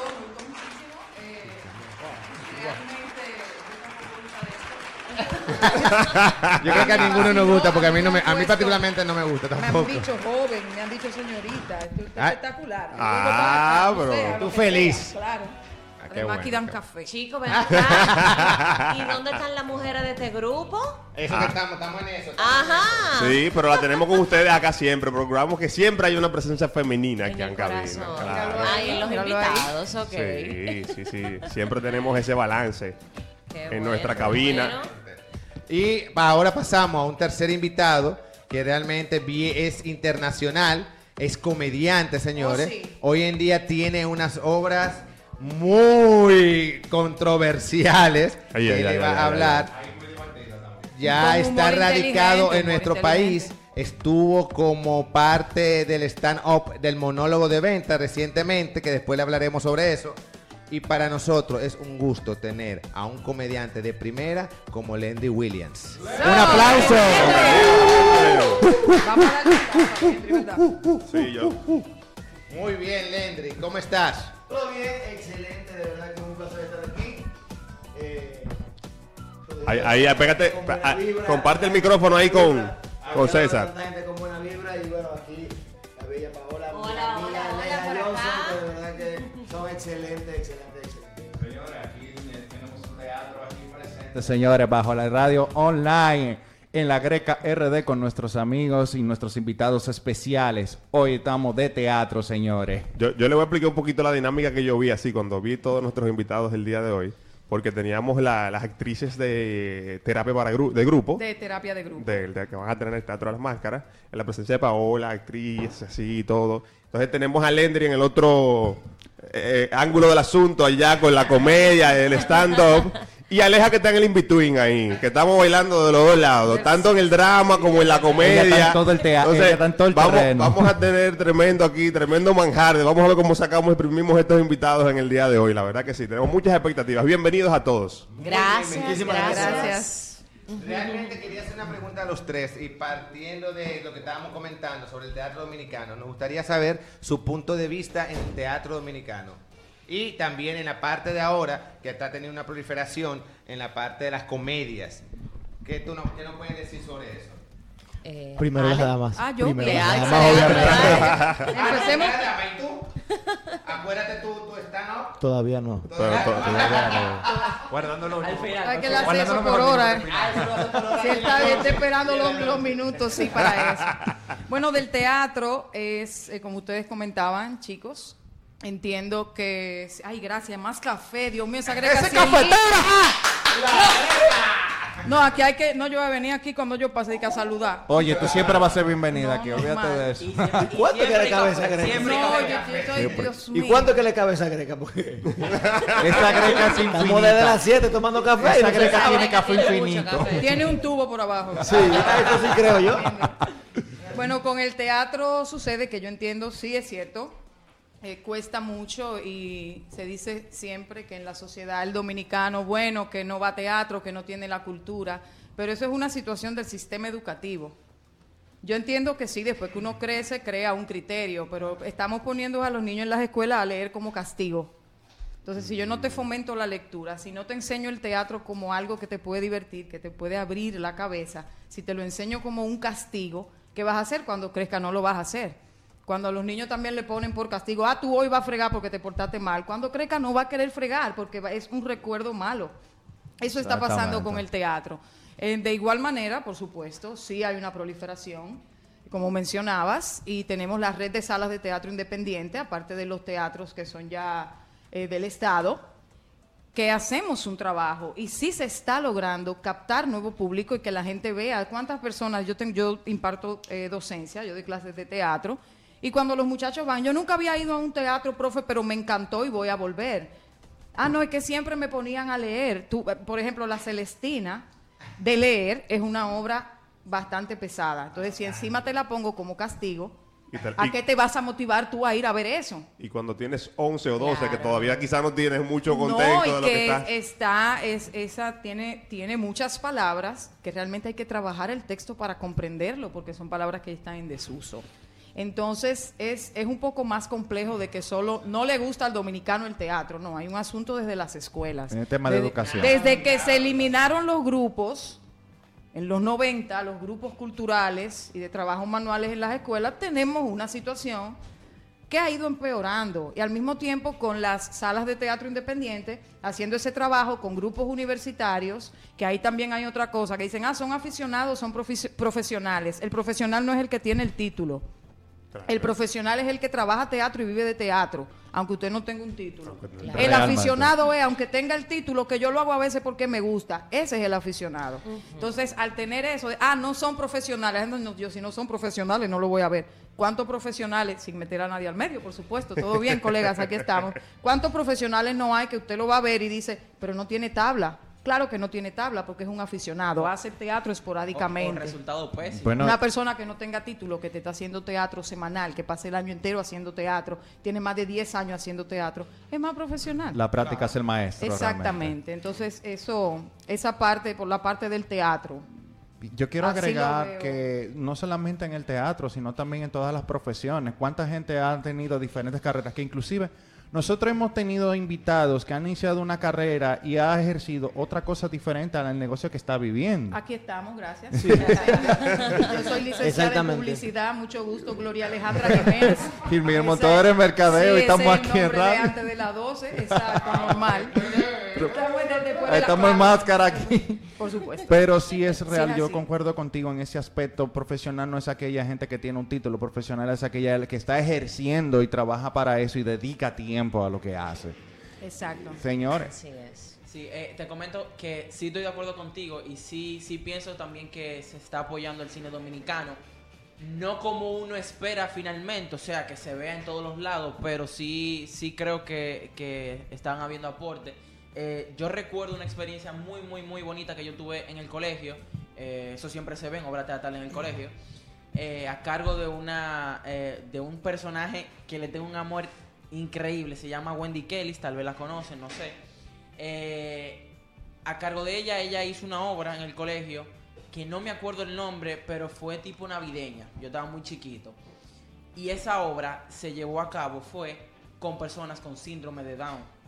Yo creo que a ninguno nos gusta, porque a mí no me, a mí particularmente no me gusta Me han tampoco. dicho joven, me han dicho señorita. Esto está Ah. espectacular. Yo Ah, vengo para acá, no pero sé, a lo tú que feliz. sea, claro. qué Además, aquí bueno, dan qué- café. Chicos, ven acá. ¿Y dónde están las mujeres de este grupo? Eso que estamos, estamos en eso. estamos en Ajá. Sí, pero la tenemos con ustedes acá siempre. Procuramos que siempre hay una presencia femenina En aquí en el cabina. corazón. Claro. Ay, en los Míralo ahí. invitados, ok. Sí, sí, sí. Siempre tenemos ese balance Qué en bueno, nuestra qué cabina. bueno. Y ahora pasamos a un tercer invitado que realmente vi- es internacional, es comediante, señores. Oh, sí. Hoy en día tiene unas obras muy controversiales Ay, que ay, le ay, va ay, a ay, hablar. Ya Con está humor radicado inteligente, en humor nuestro país. inteligente. Estuvo como parte del stand-up del monólogo de venta recientemente, que después le hablaremos sobre eso. Y para nosotros es un gusto tener a un comediante de primera como Lendy Williams. ¡Un aplauso! Vamos a darle café, Henry, ¿verdad? Sí, yo. Muy bien, Lendy. ¿Cómo estás? Todo bien, excelente, de verdad que es un placer estar aquí. Eh, Ahí, ahí, pégate, con buena ah, vibra, comparte el micrófono ahí con, con Aquí César. tanta gente con buena vibra y bueno, aquí la bella Paola, mi Hola, amiga hola, hola, Leila por Johnson, acá. que de verdad que son excelentes, excelentes, excelentes. Señores, bajo la radio online en la Greca R D con nuestros amigos y nuestros invitados especiales. Hoy estamos de teatro, señores. Yo, yo le voy a explicar un poquito la dinámica que yo vi así cuando vi todos nuestros invitados el día de hoy. Porque teníamos la- las actrices de terapia para gru- de grupo. De terapia de grupo. de, de que van a tener el Teatro de las Máscaras, en la presencia de Paola, actriz, así y todo. Entonces tenemos a Lendry en el otro eh, ángulo del asunto, allá con la comedia, el stand-up. Y Aleja que está en el in-between ahí, que estamos bailando de los dos lados, tanto en el drama como en la comedia. Ella está en todo el tea- Entonces, ella está en todo el vamos, terreno. vamos a tener tremendo aquí, tremendo manjar. Vamos a ver cómo sacamos y exprimimos estos invitados en el día de hoy. La verdad que sí, tenemos muchas expectativas. Bienvenidos a todos. Gracias, Muchísimas gracias. Gracias. Realmente quería hacer una pregunta a los tres y partiendo de lo que estábamos comentando sobre el teatro dominicano, nos gustaría saber su punto de vista en el teatro dominicano y también en la parte de ahora que está teniendo una proliferación en la parte de las comedias. ¿Qué tú no, qué nos puedes decir sobre eso? Eh, Primero las Ale. damas. Ah, yo Primero bien. las Ay, damas, excelente, obviamente. dale. Empecemos. Ah, dama, ¿y tú? Acuérdate tu, tu stand-up. Todavía no. Pero, to- Guardándolo. Al final. Hay que por le hace Guardándolo eso para por los hora. minutos ¿eh? Si él está, está esperando los, los minutos, sí, para eso. Bueno, del teatro es, eh, como ustedes comentaban, chicos, entiendo que... Ay, gracias, más café, Dios mío, esa greca ¡Ese sí. cafetero! No, aquí hay que... No, yo voy a venir aquí cuando yo pase y que a saludar. Oye, tú siempre vas a ser bienvenida No, aquí, no, olvídate mal. de eso. Y siempre- y ¿Cuánto siempre que le hay cabe café, esa greca? siempre hay No, café. yo, yo estoy... Dios mío. ¿Y cuánto que le cabe esa greca? Porque Esa greca es estamos desde infinita. las siete tomando café. y Esa no se greca acaba. tiene café Tiene mucho infinito. café. Tiene un tubo por abajo. Sí, eso sí creo yo. Bueno, con el teatro sucede que yo entiendo, sí es cierto, eh, cuesta mucho y se dice siempre que en la sociedad el dominicano, bueno, que no va a teatro, que no tiene la cultura, pero eso es una situación del sistema educativo. Yo entiendo que sí, después que uno crece, crea un criterio, pero estamos poniendo a los niños en las escuelas a leer como castigo. Entonces, si yo no te fomento la lectura, si no te enseño el teatro como algo que te puede divertir, que te puede abrir la cabeza, si te lo enseño como un castigo, ¿qué vas a hacer cuando crezca? No lo vas a hacer. Cuando a los niños también le ponen por castigo, ah, tú hoy vas a fregar porque te portaste mal. Cuando crezca no va a querer fregar porque va- es un recuerdo malo. Eso está pasando Exactamente. con el teatro. Eh, de igual manera, por supuesto, sí hay una proliferación, como mencionabas, y tenemos la red de salas de teatro independiente, aparte de los teatros que son ya eh, del Estado, que hacemos un trabajo y sí se está logrando captar nuevo público y que la gente vea cuántas personas, yo, tengo, yo imparto eh, docencia, yo doy clases de teatro, y cuando los muchachos van, yo nunca había ido a un teatro, profe, pero me encantó y voy a volver. Ah, no, es que siempre me ponían a leer. Tú, eh, por ejemplo, La Celestina, de leer, es una obra bastante pesada. Entonces, si encima te la pongo como castigo, Y te- ¿a y- qué te vas a motivar tú a ir a ver eso? Y cuando tienes once o doce, que Claro. todavía quizás no tienes mucho contexto No, y de lo que, que estás. es- está, es, esa tiene, tiene muchas palabras que realmente hay que trabajar el texto para comprenderlo, porque son palabras que están en desuso. Entonces, es, es un poco más complejo de que solo no le gusta al dominicano el teatro, no, hay un asunto desde las escuelas. En el tema de Desde- educación. Desde que se eliminaron los grupos, en los noventa, los grupos culturales y de trabajos manuales en las escuelas, tenemos una situación que ha ido empeorando. Y al mismo tiempo con las salas de teatro independiente, haciendo ese trabajo con grupos universitarios, que ahí también hay otra cosa, que dicen, ah, son aficionados, son profe- profesionales. El profesional no es el que tiene el título. El profesional es el que trabaja teatro y vive de teatro, aunque usted no tenga un título. Claro. El Realmente. aficionado es, aunque tenga el título, que yo lo hago a veces porque me gusta, ese es el aficionado. Uh-huh. Entonces, al tener eso, de, ah, no son profesionales, no, yo si no son profesionales no lo voy a ver. ¿Cuántos profesionales, sin meter a nadie al medio, por supuesto, todo bien, colegas, aquí estamos, cuántos profesionales no hay que usted lo va a ver y dice, pero no tiene tabla? Claro que no tiene tabla porque es un aficionado, hace teatro esporádicamente. Con resultado pésimo. Bueno, Una persona que no tenga título, que te está haciendo teatro semanal, que pase el año entero haciendo teatro, tiene más de diez años haciendo teatro, es más profesional. la práctica es el maestro. Exactamente. Entonces, eso, esa parte, por la parte del teatro. realmente. Yo quiero Así lo agregar veo. que no solamente en el teatro, sino también en todas las profesiones. ¿Cuánta gente ha tenido diferentes carreras? Que inclusive nosotros hemos tenido invitados que han iniciado una carrera y ha ejercido otra cosa diferente al negocio que está viviendo. Aquí estamos, gracias. Yo soy licenciada en Exactamente. publicidad, mucho gusto, Gloria Alejandra Jiménez. Y mi Ese- motor en mercadeo sí, y estamos ese es aquí el en nombre de radio. antes de las doce, exacto, normal. Estamos en- después de la Estamos en cuarta. máscara aquí. Por supuesto. Pero sí es real, es yo así. concuerdo contigo en ese aspecto. Profesional no es aquella gente que tiene un título, profesional es aquella que está ejerciendo y trabaja para eso y dedica tiempo a lo que hace. Exacto. Señores, Así es. Sí, eh, te comento que sí estoy de acuerdo contigo y sí, sí pienso también que se está apoyando el cine dominicano. No como uno espera finalmente, o sea, que se vea en todos los lados, pero sí, sí creo que, que están habiendo aportes. Eh, yo recuerdo una experiencia muy, muy, muy bonita que yo tuve en el colegio. Eh, eso siempre se ve en obra teatral en el colegio. Eh, a cargo de una eh, de un personaje que le tengo un amor increíble. Se llama Wendy Kelly, tal vez la conocen, no sé. Eh, a cargo de ella, ella hizo una obra en el colegio que no me acuerdo el nombre, pero fue tipo navideña. Yo estaba muy chiquito. Y esa obra se llevó a cabo, fue con personas con síndrome de Down.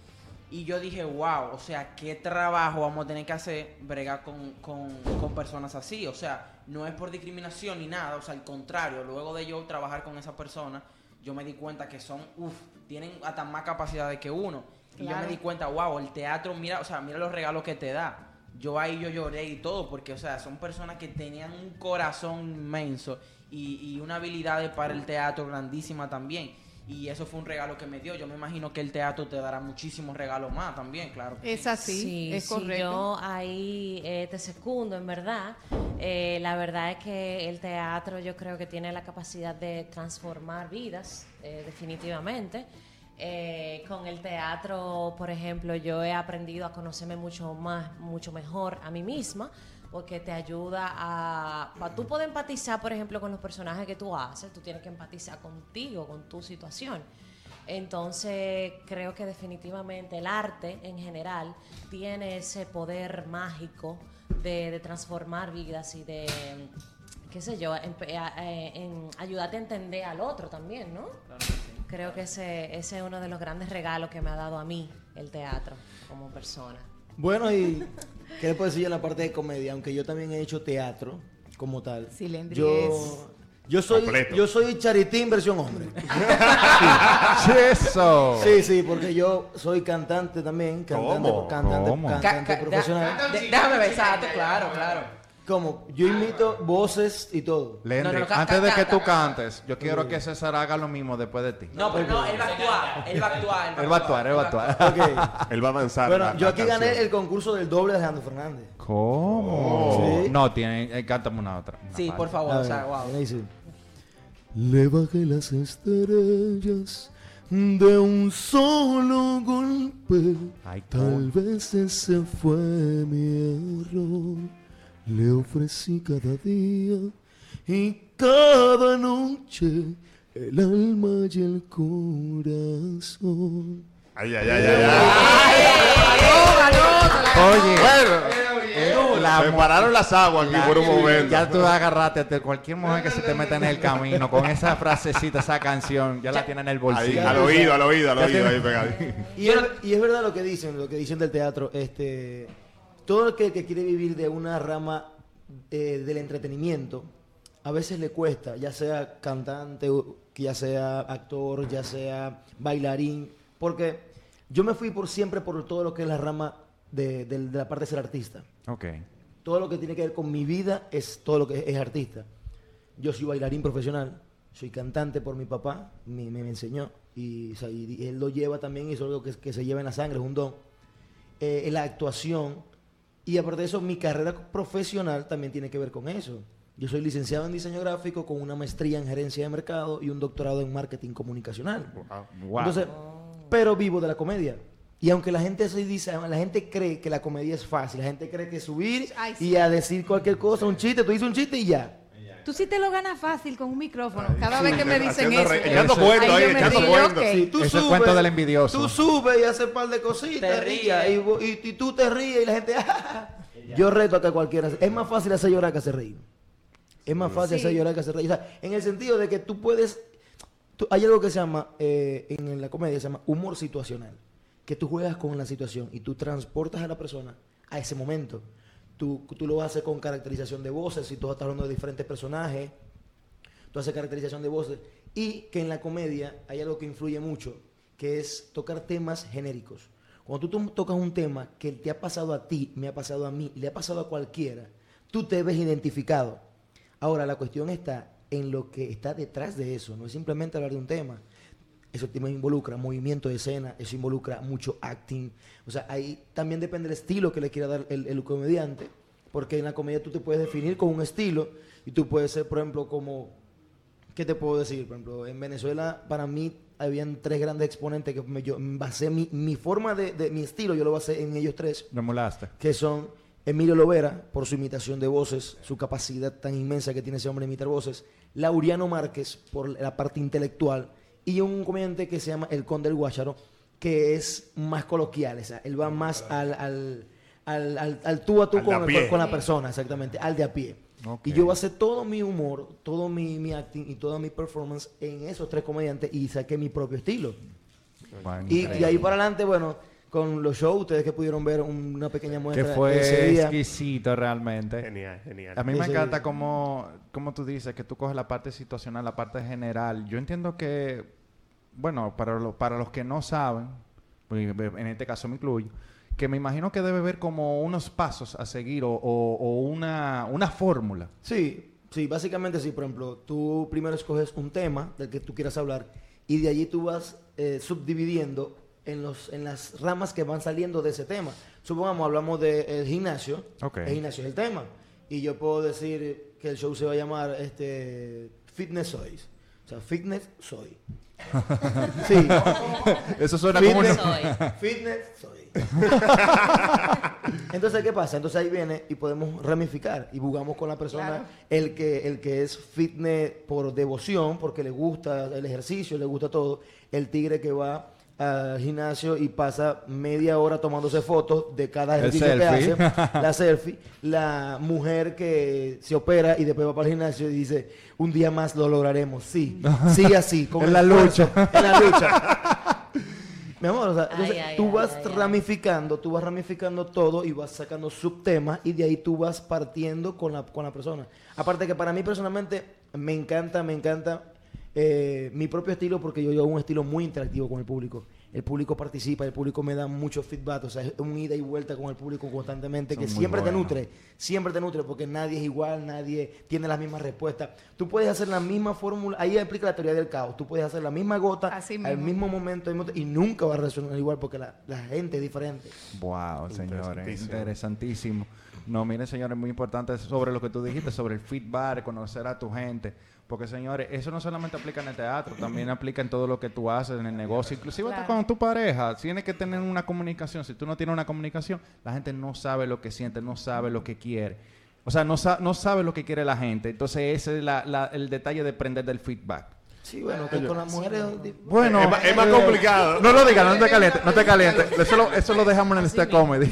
Y yo dije, wow, o sea, qué trabajo vamos a tener que hacer bregar con, con, con personas así. O sea, no es por discriminación ni nada, o sea, al contrario, luego de yo trabajar con esa persona, yo me di cuenta que son, uff, tienen hasta más capacidades que uno. Y yo Claro. me di cuenta, wow, el teatro, mira, o sea, mira los regalos que te da. Yo ahí yo lloré y todo, porque, o sea, son personas que tenían un corazón inmenso y, y una habilidad para el teatro grandísima también. Y eso fue un regalo que me dio. Yo me imagino que el teatro te dará muchísimos regalos más también, claro. que Es sí. así, Sí, es sí, correcto. yo ahí eh, te secundo, en verdad. Eh, la verdad es que el teatro yo creo que tiene la capacidad de transformar vidas, eh, definitivamente. Eh, con el teatro, por ejemplo, yo he aprendido a conocerme mucho más, mucho mejor a mí misma, porque te ayuda a, a tú poder empatizar, por ejemplo, con los personajes que tú haces. Tú tienes que empatizar contigo, con tu situación. Entonces, creo que definitivamente el arte en general tiene ese poder mágico de, de transformar vidas y de, qué sé yo, en, en, en ayudarte a entender al otro también, ¿no? Claro que sí. Creo que ese, ese es uno de los grandes regalos que me ha dado a mí el teatro como persona. Bueno, y ¿qué le puedo decir yo en la parte de comedia? Aunque yo también he hecho teatro como tal. Cilindri Yo, es- yo soy Completo. yo soy charitín versión hombre. eso. Sí, sí, porque yo soy cantante también, cantante, ¿Cómo? cantante, ¿Cómo? cantante Ca- ca- profesional. de- déjame besarte, claro, claro. Como yo imito voces y todo. Lendry, No, no, ca- antes ca- de que canta. tú cantes, yo quiero que César haga lo mismo después de ti. No, pero no, él va a actuar. Él va a actuar. Él va a actuar, él va a actuar. Ok. Él va a avanzar. Bueno, la- yo la aquí gané canción. el concurso del doble de Alejandro Fernández. ¿Cómo? Sí. No, tiene, eh, cántame una otra. una Sí, parte. por favor, A o sea, ver, wow. ahí dice, le bajé las estrellas de un solo golpe. Ay, Tal vez ese fue mi error. Le ofrecí cada día y cada noche el alma y el corazón. Ay, ay, ay, ay, ay. Oye, eh, la Se mu- pararon las aguas aquí la- por un momento. Ya tú agarraste a cualquier mujer que se te meta en el camino con esa frasecita, esa canción, ya la tiene en el Ahí, bolsillo. al oído, al oído, al Ya oído, te- ahí pegadito. Y es, y es verdad lo que dicen, lo que dicen del teatro, este, todo el que, que quiere vivir de una rama eh, del entretenimiento, a veces le cuesta, ya sea cantante, o- ya sea actor, ya sea bailarín, porque yo me fui por siempre por todo lo que es la rama de, de- de la parte de ser artista. Ok. Todo lo que tiene que ver con mi vida es todo lo que es, es artista. Yo soy bailarín profesional, soy cantante por mi papá, me, me, me enseñó, y, o sea, y- y él lo lleva también, y eso es algo que, que se lleva en la sangre, es un don. Eh, la actuación, y aparte de eso, mi carrera profesional también tiene que ver con eso. Yo soy licenciado en diseño gráfico con una maestría en gerencia de mercado y un doctorado en marketing comunicacional. Wow. Entonces, pero vivo de la comedia. Y aunque la gente se dice, la gente cree que la comedia es fácil, la gente cree que subir Ay, sí. y a decir cualquier cosa, un chiste, tú dices un chiste y ya. Tú sí te lo ganas fácil con un micrófono. Cada vez que me dicen Haciendo eso. re- echando Ahí cuentos yo ahí, me echando río, cuentos. ok. Sí, tú Eso es subes, cuento del envidioso. Tú subes y haces un par de cositas Te y, ya, y, vo- y- y tú te ríes y la gente... Yo reto a que cualquiera... Es más fácil hacer llorar que hacer reír. Es más fácil Sí. hacer llorar que hacer reír. O sea, en el sentido de que tú puedes... tú- hay algo que se llama, eh, en la comedia se llama humor situacional. Que tú juegas con la situación y tú transportas a la persona a ese momento. Tú, tú lo haces con caracterización de voces, si tú estás hablando de diferentes personajes, tú haces caracterización de voces. Y que en la comedia hay algo que influye mucho, que es tocar temas genéricos. Cuando tú to- tocas un tema que te ha pasado a ti, me ha pasado a mí, le ha pasado a cualquiera, tú te ves identificado. Ahora, la cuestión está en lo que está detrás de eso, no es simplemente hablar de un tema. Eso también involucra movimiento de escena, eso involucra mucho acting. O sea, ahí también depende del estilo que le quiera dar el, el comediante, porque en la comedia tú te puedes definir con un estilo y tú puedes ser, por ejemplo, como, ¿qué te puedo decir? Por ejemplo, en Venezuela, para mí, habían tres grandes exponentes que me, yo basé mi, mi forma de, de mi estilo, yo lo basé en ellos tres, Lo emulaste. que son Emilio Lovera, por su imitación de voces, su capacidad tan inmensa que tiene ese hombre de imitar voces, Laureano Márquez, por la parte intelectual, y un comediante que se llama El Conde del Guácharo, que es más coloquial, o sea, él va más al, al, al, al, al tú a tú Al de con, a pie. con la persona, exactamente, al de a pie. Ok. Y yo basé todo mi humor, todo mi, mi acting y toda mi performance en esos tres comediantes y saqué mi propio estilo. Bueno, Y, y increíble. ahí para adelante, bueno, con los shows, ustedes que pudieron ver una pequeña Que muestra fue ese día. exquisito realmente. Genial, genial. A mí me Ese encanta día. como, como tú dices, que tú coges la parte situacional, la parte general. Yo entiendo que, bueno, para, lo- para los que no saben, pues, en este caso me incluyo, que me imagino que debe haber como unos pasos a seguir o, o- o una, una fórmula. Sí, sí, básicamente sí. Por ejemplo, tú primero escoges un tema del que tú quieras hablar y de allí tú vas eh, subdividiendo en, los, en las ramas que van saliendo de ese tema. Supongamos, hablamos del gimnasio. Ok. El gimnasio es el tema. Y yo puedo decir que el show se va a llamar este, Fitness Soy. O sea, Fitness Soy. Sí. Eso suena como Fitness, una... fitness soy. Entonces, ¿qué pasa? Entonces ahí viene y podemos ramificar y jugamos con la persona, Claro. el que el que es fitness por devoción, porque le gusta el ejercicio, le gusta todo, el tigre que va al gimnasio y pasa media hora tomándose fotos de cada El ejercicio que hace, selfie. la selfie, la mujer que se opera y después va para el gimnasio y dice, un día más lo lograremos, sí, sí así, con En la esfuerzo, lucha. en la lucha. Mi amor, o sea, Ay, entonces ay, tú ay, vas ay, ay. ramificando, tú vas ramificando todo y vas sacando subtemas y de ahí tú vas partiendo con la, con la persona. Aparte que para mí personalmente me encanta, me encanta eh, mi propio estilo porque yo llevo un estilo muy interactivo con el público. El público participa, el público me da mucho feedback, o sea, es un ida y vuelta con el público constantemente Son que muy siempre te buenos. nutre, siempre te nutre porque nadie es igual, nadie tiene las mismas respuestas. Tú puedes hacer la misma fórmula, ahí aplica la teoría del caos, tú puedes hacer la misma gota Así al mismo. mismo momento al mismo t- y nunca va a resonar igual porque la, la gente es diferente. Wow, señores, Interesantísimo. interesantísimo. No, miren, señores, muy importante sobre lo que tú dijiste, sobre el feedback, conocer a tu gente. Porque, señores, eso no solamente aplica en el teatro, también aplica en todo lo que tú haces, en el negocio. Inclusive hasta Claro. con tu pareja. Tienes que tener una comunicación. Si tú no tienes una comunicación, la gente no sabe lo que siente, no sabe lo que quiere. O sea, no, sa- no sabe lo que quiere la gente. Entonces, ese es la- la- el detalle de aprender del feedback. Sí, bueno, que con las mujeres... Bueno, es, más- es más complicado. no lo digas, no te calientes, no te calientes. Eso lo, eso lo dejamos en el stand comedy.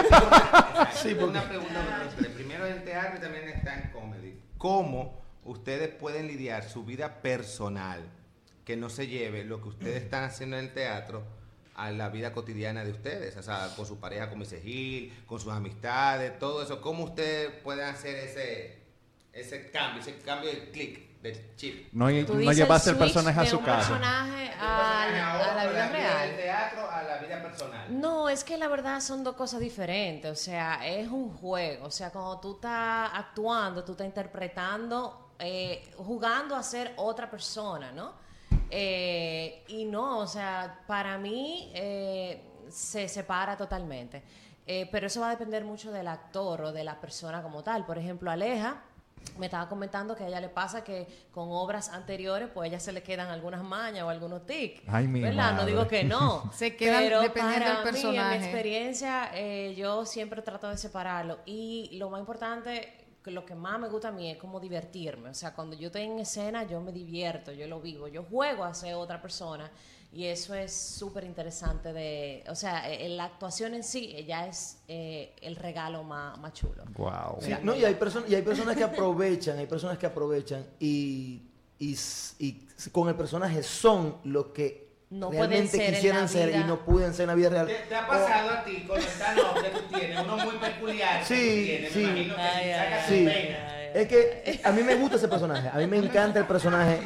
Sí, una pregunta para ustedes. Primero en teatro y también está en comedy. ¿Cómo ustedes pueden lidiar su vida personal, que no se lleve lo que ustedes están haciendo en el teatro a la vida cotidiana de ustedes? O sea, con su pareja, como dice Gil, con sus amistades, todo eso. ¿Cómo ustedes pueden hacer ese, ese cambio, ese cambio de clic, del chip. No, y- Tú no dices llevaste el switch personaje a de su un casa. personaje El a, personaje a ahora, la de vida real. del teatro a la vida personal. No, es que la verdad son dos cosas diferentes. O sea, es un juego. O sea, cuando tú estás actuando, tú estás interpretando, eh, jugando a ser otra persona, ¿no? Eh, y no, o sea, para mí eh, se separa totalmente. Eh, pero eso va a depender mucho del actor o de la persona como tal. Por ejemplo, Aleja me estaba comentando que a ella le pasa que con obras anteriores, pues a ella se le quedan algunas mañas o algunos tics. Ay, mi ¿Verdad? No madre. digo que no. Se quedan pero dependiendo para del mí, en personaje. mi experiencia, eh, yo siempre trato de separarlo. Y lo más importante, que lo que más me gusta a mí es como divertirme. O sea, cuando yo estoy en escena, yo me divierto, yo lo vivo. Yo juego a ser otra persona. Y eso es súper interesante de... O sea, eh, la actuación en sí, ella es eh, el regalo más, más chulo. Wow. Sí, no, y hay personas, y hay personas que aprovechan, hay personas que aprovechan y, y, s- y s- con el personaje son lo que No pueden realmente ser en quisieran la ser vida. y no pueden ser en la vida real. ¿Te, te ha pasado a ti con el stand-up que tú tienes? Uno muy peculiar que Sí, tú tienes. sí. Me imagino que Ay, si ay, sacas Sí, tu pena. es que eh, a mí me gusta ese personaje, a mí me encanta el personaje.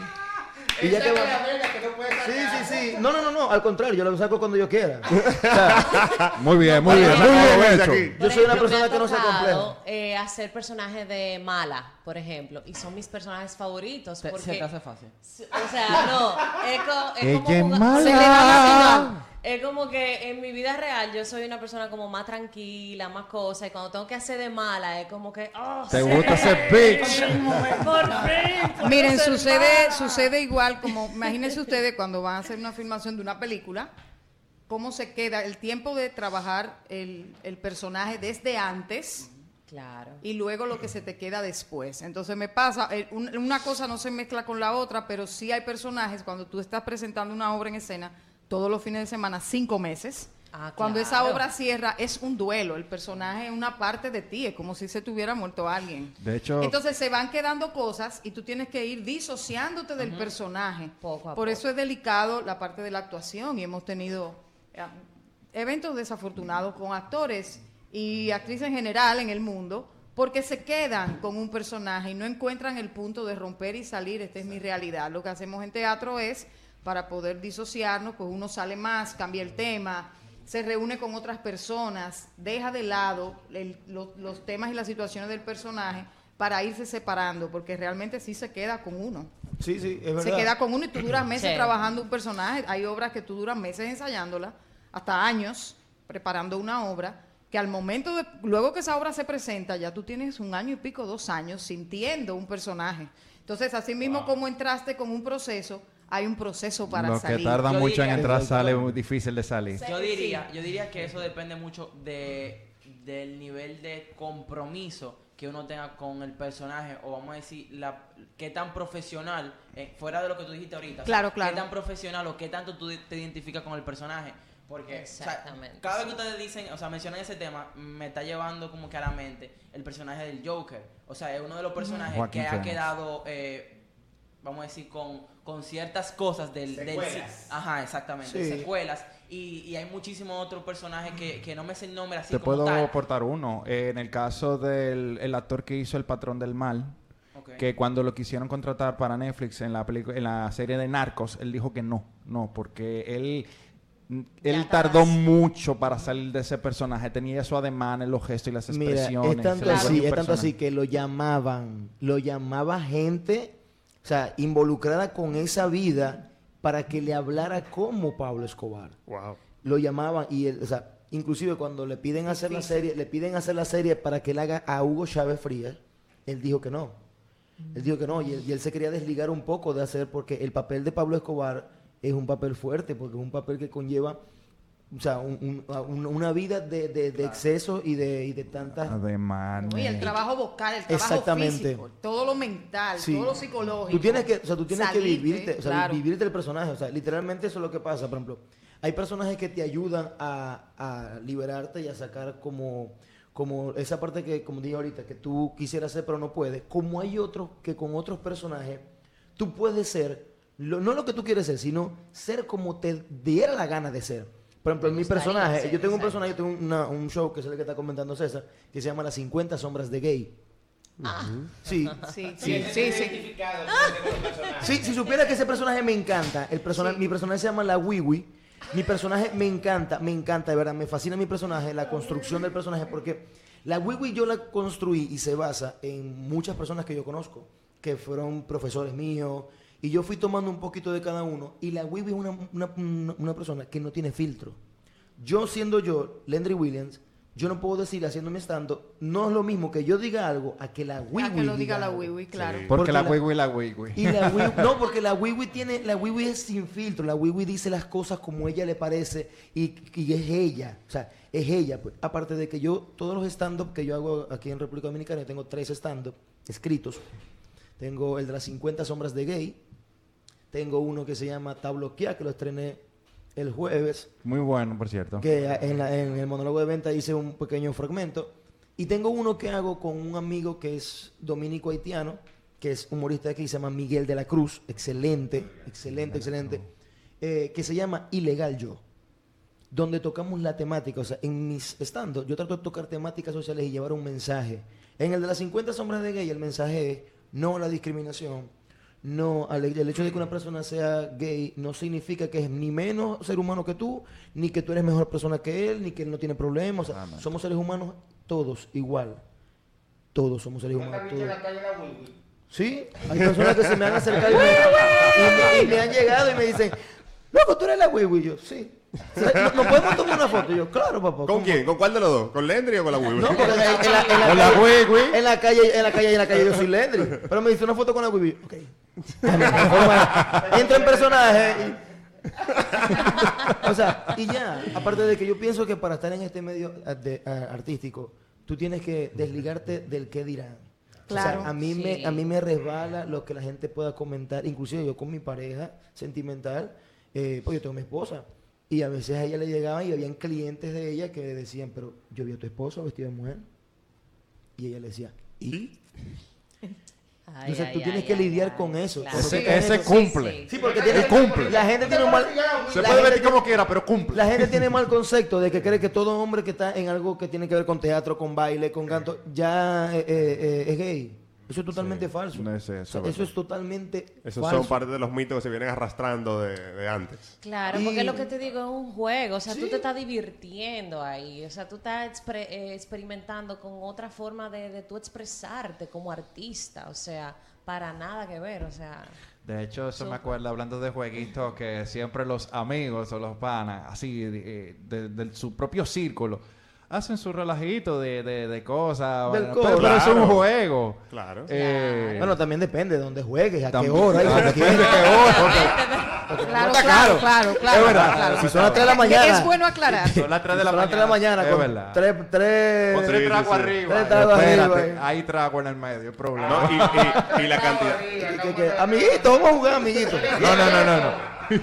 Y ya que Saca va- la vena que no puedes Sí, sacar. sí, sí. No, no, no, no, al contrario, yo lo saco cuando yo quiera. O sea, Muy bien, muy Por bien, muy ejemplo, bien aquí. hecho. Yo Por soy una ejemplo, persona me ha que no se tocado, compleja. eh, hacer personajes de mala, por ejemplo, y son mis personajes favoritos. Se, porque, se te hace fácil. O sea, no, es, co- es Ella como es jugar- mala. se le da así, no. Es como que en mi vida real yo soy una persona como más tranquila, más cosa, y cuando tengo que hacer de mala es como que, oh, ¿Te sí, gusta ser bitch? por fin, puedo Miren, ser sucede, mala. sucede igual como, imagínense ustedes cuando van a hacer una filmación de una película, cómo se queda el tiempo de trabajar el, el personaje desde antes Claro. y luego lo que se te queda después. Entonces me pasa, eh, un- una cosa no se mezcla con la otra, pero sí hay personajes, cuando tú estás presentando una obra en escena, todos los fines de semana, cinco meses, Ah, cuando esa claro. obra cierra, es un duelo, el personaje es una parte de ti, es como si se tuviera muerto alguien. De hecho, Entonces se van quedando cosas y tú tienes que ir disociándote del personaje. Poco a Por poco. eso es delicado la parte de la actuación y hemos tenido eh, eventos desafortunados con actores y actrices en general en el mundo porque se quedan con un personaje y no encuentran el punto de romper y salir. Esta es mi realidad. Lo que hacemos en teatro es, para poder disociarnos, pues uno sale más, cambia el tema, se reúne con otras personas, deja de lado el- lo- los temas y las situaciones del personaje para irse separando, porque realmente sí se queda con uno. Sí, sí, es verdad. Se queda con uno y tú duras meses Sí. trabajando un personaje. Hay obras que tú duras meses ensayándola, hasta años preparando una obra, que al momento de, luego que esa obra se presenta, ya tú tienes un año y pico, dos años sintiendo un personaje. Entonces, así mismo como entraste con un proceso, hay un proceso para lo salir. que tarda Yo mucho en diría- entrar sale muy difícil de salir. Yo diría, yo diría que eso depende mucho de, del nivel de compromiso que uno tenga con el personaje, o vamos a decir, la, qué tan profesional, eh, fuera de lo que tú dijiste ahorita, o sea, Claro, claro. qué tan profesional o qué tanto tú te identificas con el personaje. Porque o sea, Exactamente, cada vez sí. que ustedes dicen, o sea, mencionan ese tema, me está llevando como que a la mente el personaje del Joker. O sea, es uno de los personajes Joaquin que ha Phoenix. quedado, eh, vamos a decir, con, con ciertas cosas del... del Secuelas. ajá, exactamente, Sí. secuelas. Y, y hay muchísimos otros personajes que, que no me sé el nombre así Te como puedo tal. aportar uno. Eh, en el caso del el actor que hizo El Patrón del Mal, Ok. que cuando lo quisieron contratar para Netflix en la pelicu- en la serie de Narcos, él dijo que no, no, porque él él Ya tardó estabas- mucho para salir de ese personaje, tenía esos ademanes, los gestos y las Mira, expresiones. es tanto se le así, volvió es un tanto así personaje. que lo llamaban, lo llamaba gente, o sea, involucrada con esa vida para que le hablara como Pablo Escobar. Wow. Lo llamaban y él, o sea, inclusive cuando le piden hacer la serie, le piden hacer la serie para que él haga a Hugo Chávez Frías, él dijo que no. Él dijo que no y él, y él se quería desligar un poco de hacer porque el papel de Pablo Escobar es un papel fuerte porque es un papel que conlleva, o sea, un- un- un- una vida de, de, de exceso y de, y de tantas... Ademanes. ¿no? Y el trabajo vocal, el trabajo Exactamente. físico, todo lo mental, Sí. todo lo psicológico. Tú tienes que, o sea, tú tienes que Salirte, vivirte, o sea, claro. vivirte el personaje. O sea, literalmente eso es lo que pasa. Por ejemplo, hay personajes que te ayudan a, a liberarte y a sacar como, como esa parte que, como dije ahorita, que tú quisieras hacer pero no puedes. Como hay otros que con otros personajes tú puedes ser, lo- no lo que tú quieres ser, sino ser como te diera la gana de ser. Por ejemplo, en mi gustaría personaje, ser, yo tengo un exacto. personaje, yo tengo una- un show que es el que está comentando César, que se llama Las cincuenta sombras de gay. Ah. Sí. Sí, sí, sí, sí. Sí, si supiera que ese personaje me encanta, el persona, mi personaje se llama la Wiwi. Mi personaje me encanta, me encanta, de verdad, me fascina mi personaje, la construcción del personaje, porque la Wiwi yo la construí y se basa en muchas personas que yo conozco, que fueron profesores míos, y yo fui tomando un poquito de cada uno, y la Wiwi es una, una, una, una persona que no tiene filtro. Yo siendo yo, Lendry Williams, yo no puedo decir haciendo mi stand-up, no es lo mismo que yo diga algo a que la Wiwi A que lo diga la algo. Wiwi, claro. Porque, Porque la la- wiwi la wiwi. Y la Wiwi, no, porque la Wiwi tiene, la Wiwi es sin filtro, la Wiwi dice las cosas como ella le parece y, y es ella, o sea, es ella. Pues. Aparte de que yo, todos los stand-up que yo hago aquí en República Dominicana, yo tengo tres stand-up escritos. Tengo el de las cincuenta sombras de gay, tengo uno que se llama Tabloquea, que lo estrené el jueves, Muy bueno, por cierto. que en, la- en el monólogo de venta hice un pequeño fragmento. Y tengo uno que hago con un amigo que es dominico haitiano, que es humorista de aquí, se llama Miguel de la Cruz. Excelente, excelente, excelente. Eh, que se llama Ilegal Yo. Donde tocamos la temática. O sea, en mis stand yo trato de tocar temáticas sociales y llevar un mensaje. En el de las cincuenta sombras de gay, el mensaje es no a la discriminación. No, al- el hecho de que una persona sea gay no significa que es ni menos ser humano que tú, ni que tú eres mejor persona que él, ni que él no tiene problemas. O sea, somos seres humanos todos igual. Todos somos seres humanos. Todos. Sí, hay personas que se me han acercado y me, y me- y me han llegado y me dicen, loco, tú eres la Wiwi. Y yo, sí. ¿Nos no podemos tomar una foto? Y yo, claro, papá. ¿Con ¿cómo? quién? ¿Con cuál de los dos? ¿Con Lendry o con la Wiwi? No, porque en, en la, en la Con la calle, Wiwi. en la calle, en la calle, en la calle yo soy Lendry. Pero me dice una foto con la Wiwi. Ok. Entra en personaje y... O sea, y ya. Aparte de que yo pienso que para estar en este medio a- de- a- artístico, tú tienes que desligarte del qué dirán. Claro. O sea, a mí, Sí. me, a mí me resbala lo que la gente pueda comentar. Inclusive yo con mi pareja sentimental, eh, pues yo tengo mi esposa. Y a veces a ella le llegaban y habían clientes de ella que decían, pero yo vi a tu esposo vestido de mujer. Y ella le decía, ¿y? Ay, Entonces ay, tú tienes ay, que ay, lidiar ay, con eso. claro. Cuando tú Ese, tienes ese eso- cumple. Sí, porque tiene, cumple. la gente tiene un mal... Se la puede gente vestir como tiene- quiera, pero cumple. La gente tiene mal concepto de que cree que todo hombre que está en algo que tiene que ver con teatro, con baile, con canto, ya eh, eh, es gay. Eso es totalmente falso. No es eso, O sea, es eso es totalmente Esos falso. son parte de los mitos que se vienen arrastrando de, de antes. Claro, Y- porque lo que te digo es un juego, o sea, tú Sí. te estás divirtiendo ahí, o sea, tú estás expre- eh, experimentando con otra forma de, de tú expresarte como artista, o sea, para nada que ver, o sea... De hecho, eso me Súper. acuerda, hablando de jueguitos, que siempre los amigos o los panas, así, de, de- de su propio círculo, hacen su relajito de, de, de cosas. Del pero, coro. pero es un Claro. juego. Claro. Eh, Bueno, también depende de dónde juegues, a qué También. hora. y Ah, con depende quién. de qué hora. Claro, Está claro, claro. claro, claro. Es verdad. claro. Si son las tres de la mañana. Es bueno aclarar. Son las tres de la Son las mañana. tres de la mañana. Es con verdad. Tres, tres... Con tres Sí, tragos sí, sí. arriba. Tres tragos Espérate, arriba, eh. hay trago en el medio, problema. ¿No? Y, y- y la cantidad. que- que- amiguito, vamos a jugar, amiguito. No, no, no, no, no.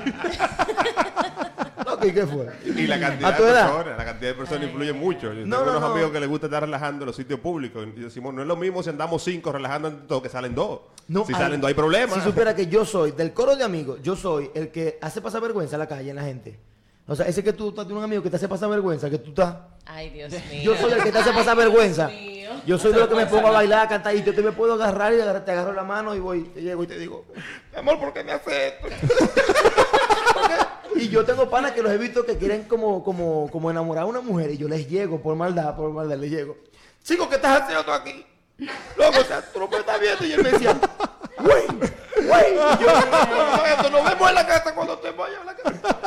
No, ¿qué, qué fue? Y la cantidad ¿A tu de edad? personas, la cantidad de personas influye mucho. Yo No, tengo no, unos no. amigos que les gusta estar relajando en los sitios públicos. Y decimos, no es lo mismo si andamos cinco relajando en todo que salen dos. No, si hay- salen dos hay problemas. Si supiera que yo soy, del coro de amigos, yo soy el que hace pasar vergüenza a la calle, en la gente. O sea, ese que tú, tú tienes un amigo que te hace pasar vergüenza, que tú estás... Ay, Dios mío. Yo soy el que te hace pasar vergüenza. Dios mío. Yo soy de los que me pongo a bailar, a cantar, y yo te me puedo agarrar y agarrar- te agarro la mano y voy, te llego y te digo, mi amor, ¿por qué me haces esto? Y yo tengo panas que los he visto que quieren como, como, como enamorar a una mujer y yo les llego por maldad, por maldad, les llego. Chico, ¿qué estás haciendo tú aquí? Loco, o sea, tú no me estás viendo. Y él me decía, güey, güey. Y yo, "No, esto, nos vemos en la casa cuando te vayas a la casa.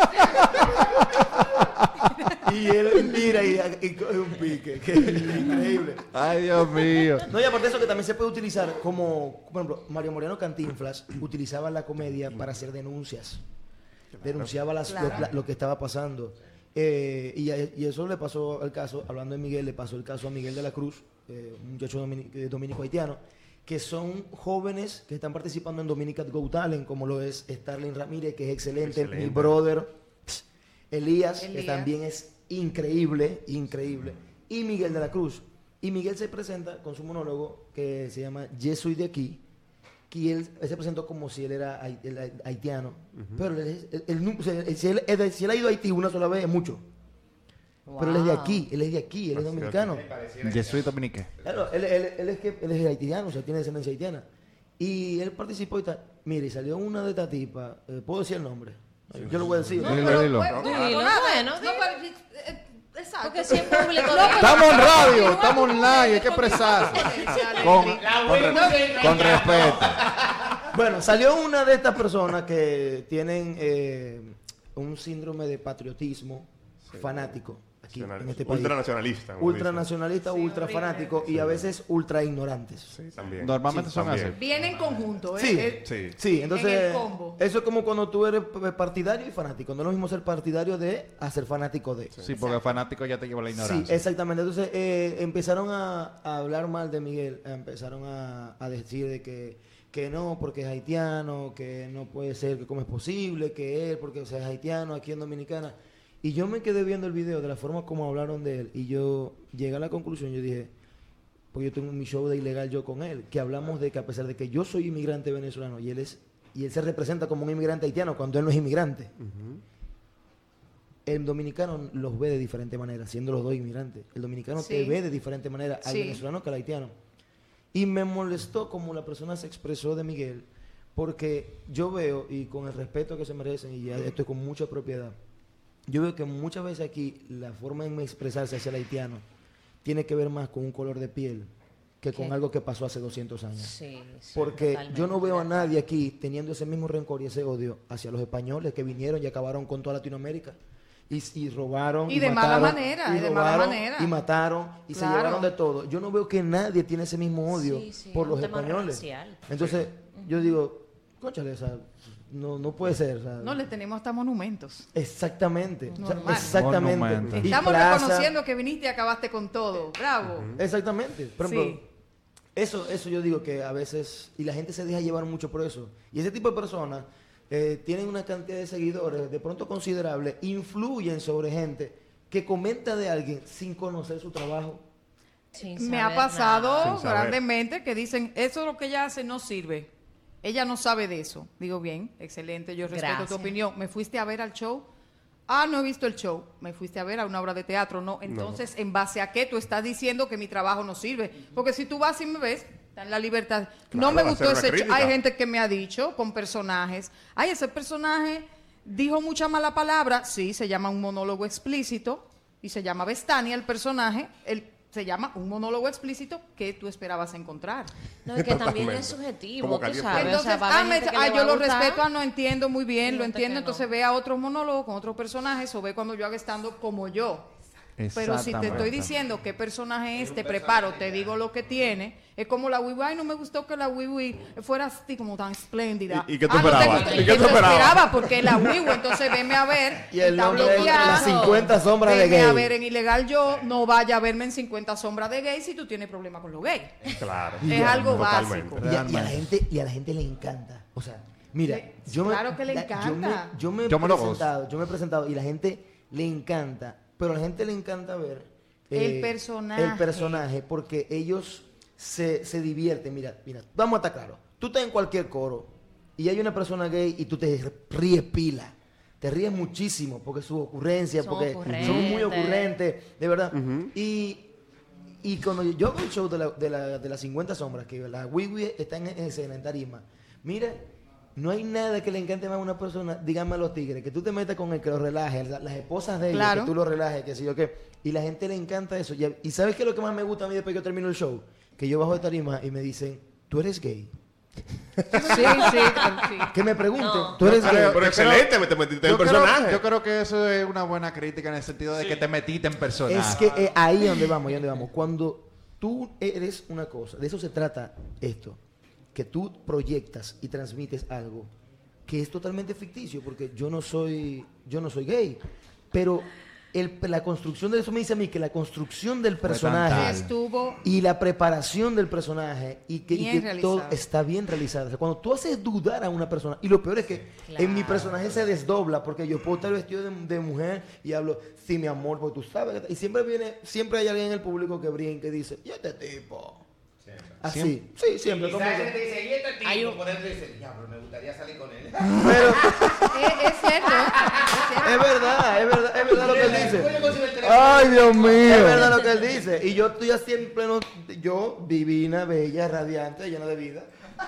Y él mira y, y coge un pique, que es increíble. Ay, Dios mío. No, y aparte de eso que también se puede utilizar como, por ejemplo, Mario Moreno Cantinflas utilizaba la comedia para hacer denuncias. Denunciaba las- lo, la- lo que estaba pasando. Eh, y, a- y eso le pasó al caso, hablando de Miguel, le pasó el caso a Miguel de la Cruz, eh, un muchacho domini- eh, dominico haitiano, que son jóvenes que están participando en Dominican Got Talent, como lo es Starling Ramírez, que es excelente, Excelente. mi brother, pss, Elías, que Elías. también es increíble, increíble, y Miguel de la Cruz. Y Miguel se presenta con su monólogo que se llama Yo soy de aquí, que él, él se presentó como si él era hai- el hai- haitiano, pero él, es- él- él nu- o sea, si, él, él- si él ha ido a Haití una sola vez es mucho. Pero él es de Wow. aquí, él es de aquí, él es dominicano. Yo soy dominiqué. Claro, él, él, él es que él es haitiano, o sea, tiene descendencia haitiana. Y él participó y tal. Mire, salió una de estas tipas, eh, ¿puedo decir el nombre? Yo lo voy a decir. No, Dilo, pero, dilo. pues, dilo, Dilo, nada, bueno, no, dilo. pero, eh, exacto. Porque si es público. Estamos en radio, estamos online, hay que expresarse. Con, con, re- con respeto. Bueno, salió una de estas personas que tienen eh, un síndrome de patriotismo fanático aquí en este país. Ultranacionalista. como Ultranacionalista, ultra fanático y a veces ultra ignorantes. dicen. Sí, también. Normalmente Sí, son también. así. Viene en conjunto, ¿eh? Sí, Eh, Sí. sí, entonces En el combo. eso es como cuando tú eres p- partidario y fanático. No es lo mismo ser partidario de a ser fanático de. Sí, porque el fanático ya te lleva la Sí, ignorancia. exactamente. Entonces eh, empezaron a, a hablar mal de Miguel, empezaron a, a decir de que, que no, porque es haitiano, que no puede ser, que cómo es posible, que él, porque o sea, es haitiano aquí en Dominicana. Y yo me quedé viendo el video de la forma como hablaron de él y yo llegué a la conclusión, yo dije, pues yo tengo mi show de Ilegal Yo con él, que hablamos de que a pesar de que yo soy inmigrante venezolano y él es y él se representa como un inmigrante haitiano cuando él no es inmigrante. El dominicano los ve de diferente manera, siendo los dos inmigrantes. El dominicano te Sí. ve de diferente manera al Sí. venezolano que al haitiano. Y me molestó como la persona se expresó de Miguel, porque yo veo, y con el respeto que se merecen, y ya esto es con mucha propiedad, yo veo que muchas veces aquí la forma en expresarse hacia el haitiano tiene que ver más con un color de piel que con ¿Qué? algo que pasó hace doscientos años. Sí, sí, Porque totalmente. yo no veo a nadie aquí teniendo ese mismo rencor y ese odio hacia los españoles que vinieron y acabaron con toda Latinoamérica. Y, y robaron. Y de mala mataron, manera, y y de mala robaron, manera. Y mataron y se Claro. llevaron de todo. Yo no veo que nadie tiene ese mismo odio Sí, sí, por es los un tema españoles. racial. Entonces, yo digo, cónchale, o sea, no, no puede ser. o sea, No, le tenemos hasta monumentos. Exactamente. o sea, Normal. exactamente. Monumento. Y Estamos plaza- reconociendo que viniste y acabaste con todo. Bravo. Exactamente. Por ejemplo, Sí. eso, eso yo digo que a veces, y la gente se deja llevar mucho por eso. Y ese tipo de personas eh, tienen una cantidad de seguidores de pronto considerable, influyen sobre gente que comenta de alguien sin conocer su trabajo. Sin Me ha saber pasado nada. Sin saber. grandemente que dicen, eso es lo que ella hace, no sirve. Ella no sabe de eso. Digo, bien, excelente, yo respeto Gracias. tu opinión. ¿Me fuiste a ver al show? Ah, no he visto el show. ¿Me fuiste a ver a una obra de teatro? No. Entonces, ¿en base a qué tú estás diciendo que mi trabajo no sirve? Porque si tú vas y me ves, está en la libertad. Claro, no me va a gustó ser una ese show. crítica. Hay gente que me ha dicho con personajes, ay, ese personaje dijo mucha mala palabra. Sí, se llama un monólogo explícito y se llama Vestania el personaje. El, se llama un monólogo explícito que tú esperabas encontrar. No, es que también Totalmente. es subjetivo, Como tú caliente. sabes. Entonces, o sea, va a ah, haber me- gente que ah, le yo va a lo gustar. respeto, ah, no entiendo muy bien, Y lo gente entiendo, que no. entonces ve a otros monólogos con otros personajes o ve cuando yo haga estando como yo. Pero si te estoy Exactamente. diciendo qué personaje es, te preparo, te digo lo que tiene, es como la Wiwi, ay, no me gustó que la Wiwi fuera así como tan espléndida. ¿Y- y qué tú Ah, no te esperabas? gustó. ¿Y qué ¿Qué tú tú esperabas? esperabas? Porque es la Wiwi, entonces veme a ver, Y el está nombre de bloqueado. las cincuenta sombras de Veme a gay. ver en Ilegal Yo, no vaya a verme en cincuenta sombras de gay si tú tienes problema con los gays. Claro. Es algo Totalmente. básico. Y a, y a la gente, y a la gente le encanta. O sea, mira, Le- yo me, claro que le la- Yo me, encanta. yo me he Yo me lo gozo. presentado, yo me he presentado y la gente le encanta, pero a la gente le encanta ver El personaje. el personaje porque ellos se, se divierten. Mira, mira, vamos a estar claros. Tú estás en cualquier coro y hay una persona gay y tú te ríes pila. Te ríes muchísimo porque sus ocurrencias, Son porque ocurrentes. son muy ocurrentes, de verdad. Y y cuando yo hago el show de, la, de, la, de las cincuenta sombras, que la Wiwi está en escena, en tarima, mira, no hay nada que le encante más a una persona, díganme a los tigres, que tú te metas con el que lo relaje, la- las esposas de ellos, Claro. que tú lo relajes, que sé yo qué. Y la gente le encanta eso. Y, y ¿sabes qué es lo que más me gusta a mí después que yo termino el show? Que yo bajo de tarima y me dicen, ¿tú eres gay? Sí, sí, sí. Que me pregunten, No. ¿tú eres Yo gay? creo- Pero excelente, me te metiste en Yo el creo, personaje. yo creo que eso es una buena crítica en el sentido de que te metiste en personaje. Es que eh, ahí es donde vamos, ahí es donde vamos. Cuando tú eres una cosa, de eso se trata esto, que tú proyectas y transmites algo que es totalmente ficticio, porque yo no soy, yo no soy gay, pero el- la construcción de eso me dice a mí que la construcción del personaje tan tal. Estuvo y la preparación del personaje y que, y Bien que todo realizado. está bien realizado. O sea, cuando tú haces dudar a una persona, y lo peor es que en mi Claro. personaje se desdobla, porque yo puedo estar vestido de, de mujer y hablo, sí, mi amor, porque tú sabes. que- Y siempre viene, siempre hay alguien en el público que brinca y dice, ¿y este tipo? Así. Sí, siempre. Y como quizás que- él te dice, y este tipo, Hay un- por dentro dice, diablo, me gustaría salir con él. Pero Es, es cierto. Es cierto. es verdad, es verdad, es verdad lo que él dice. Yo le consigo el teléfono. Ay, Dios mío. Es verdad lo que él dice. Y yo estoy así en pleno. Yo, divina, bella, radiante, llena de vida.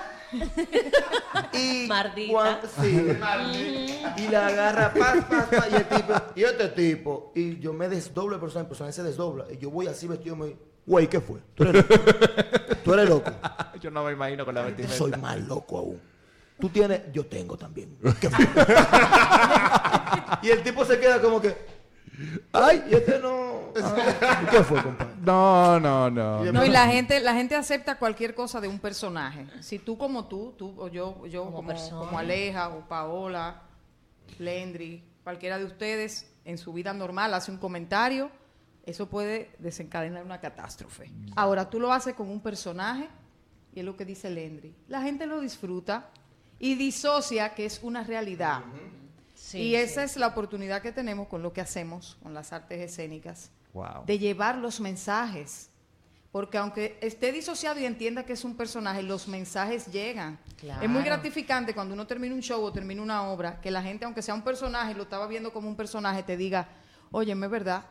Y Mardita. cuan- sí. Y la agarra, paz, paz, paz, y el tipo, y este tipo, y yo me desdoblo el personaje, el personaje se desdobla, y yo voy así vestido, me güey, ¿qué fue? Tú eres loco. Tú eres loco. Yo no me imagino con la vestimenta. Soy más loco aún. Tú tienes, yo tengo también. ¿Qué fue? Y el tipo se queda como que, ay, y este no. Ah, ¿qué fue, compadre? No, no, no. No, y la gente, la gente acepta cualquier cosa de un personaje. Si tú como tú, tú o yo, yo Como como, persona. como Aleja o Paola, Lendry, cualquiera de ustedes en su vida normal hace un comentario, eso puede desencadenar una catástrofe. Ahora, tú lo haces con un personaje y es lo que dice Lendry. La gente lo disfruta y disocia que es una realidad. Sí, y esa sí. es la oportunidad que tenemos con lo que hacemos, con las artes escénicas, Wow. de llevar los mensajes. Porque aunque esté disociado y entienda que es un personaje, los mensajes llegan. Claro. Es muy gratificante cuando uno termina un show o termina una obra, que la gente, aunque sea un personaje, lo estaba viendo como un personaje, te diga, óyeme, es verdad,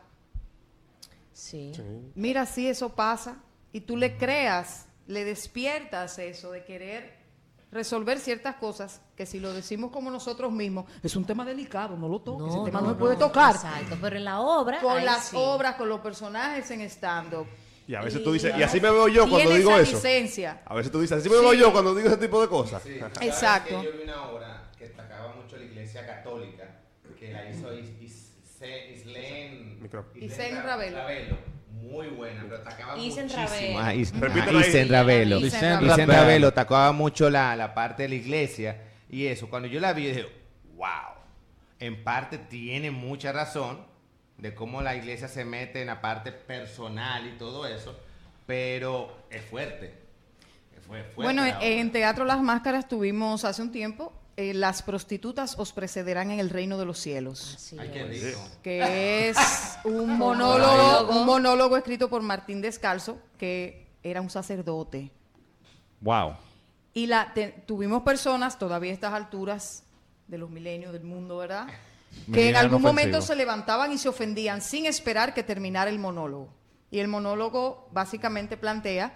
Sí. mira, sí, eso pasa. Y tú le creas, le despiertas eso de querer resolver ciertas cosas que si lo decimos como nosotros mismos, es un tema delicado, no lo toques, ese tema no, se puede tocar. Exacto, pero en la obra. Con ahí las sí. obras, con los personajes en stand-up. Y a veces tú dices, y así me veo yo cuando Tiene digo esa eso. licencia. A veces tú dices, así me veo Sí. yo cuando digo ese tipo de cosas. Sí. Exacto. ¿Sabes que yo vi una obra que destacaba mucho la iglesia católica, que la hizo Is- Is- Is- Islen Micrófono. Islen Ravelo. Muy buena, pero atacaba Isen muchísimo. Ravelo. Ah, Is- Repítelo ah, ahí. Isen Ravelo. Isen Isen Ravelo. Ravelo atacaba mucho la, la parte de la iglesia y eso. Cuando yo la vi, dije, wow. En parte tiene mucha razón de cómo la iglesia se mete en la parte personal y todo eso, pero es fuerte. Fue fuerte Bueno, la obra. en Teatro Las Máscaras tuvimos hace un tiempo eh, Las prostitutas os precederán en el reino de los cielos, Así Ay, qué es. rico. que es un monólogo, un monólogo escrito por Martín Descalzo, que era un sacerdote. Wow. Y la, te- tuvimos personas, todavía a estas alturas de los milenios del mundo, ¿verdad? Que en Milenial algún ofensivo. momento se levantaban y se ofendían sin esperar que terminara el monólogo. Y el monólogo básicamente plantea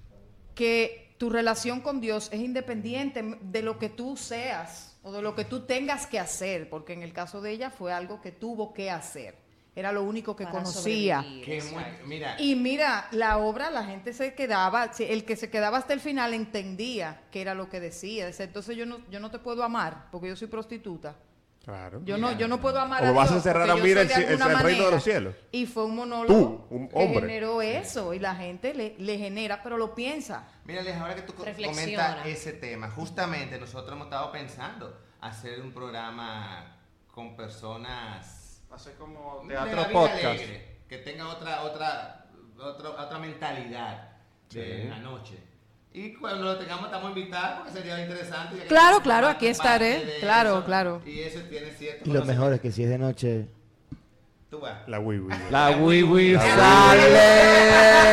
que tu relación con Dios es independiente de lo que tú seas o de lo que tú tengas que hacer, porque en el caso de ella fue algo que tuvo que hacer. Era lo único que Para conocía. sobrevivir, Que muy- exacto. mira, Y mira, la obra, la gente se quedaba, si- el que se quedaba hasta el final entendía que era lo que decía. Decía, entonces yo no, yo no te puedo amar porque yo soy prostituta. Claro. Yo no, yo no puedo amar O a me vas a Dios encerrar porque a mí yo en soy el de ci- alguna el reino de manera. los cielos. Y fue un monólogo Tú, un que hombre. generó eso y la gente le, le genera, pero lo piensa. mira, Aleja, ahora que tú co- Reflexiona. comentas ese tema, justamente nosotros hemos estado pensando hacer un programa con personas Hacer como de teatro la vida podcast. alegre, que tenga otra otra otra, otra mentalidad de Sí. la noche. Y cuando lo tengamos estamos invitados porque sería interesante. ya que Claro, somos claro, parte- aquí estaré. parte de Claro, eso, claro. Y eso tiene cierto Y lo mejor es que si es de noche. Tú vas. La Wii Wii. La Wiwi La sale.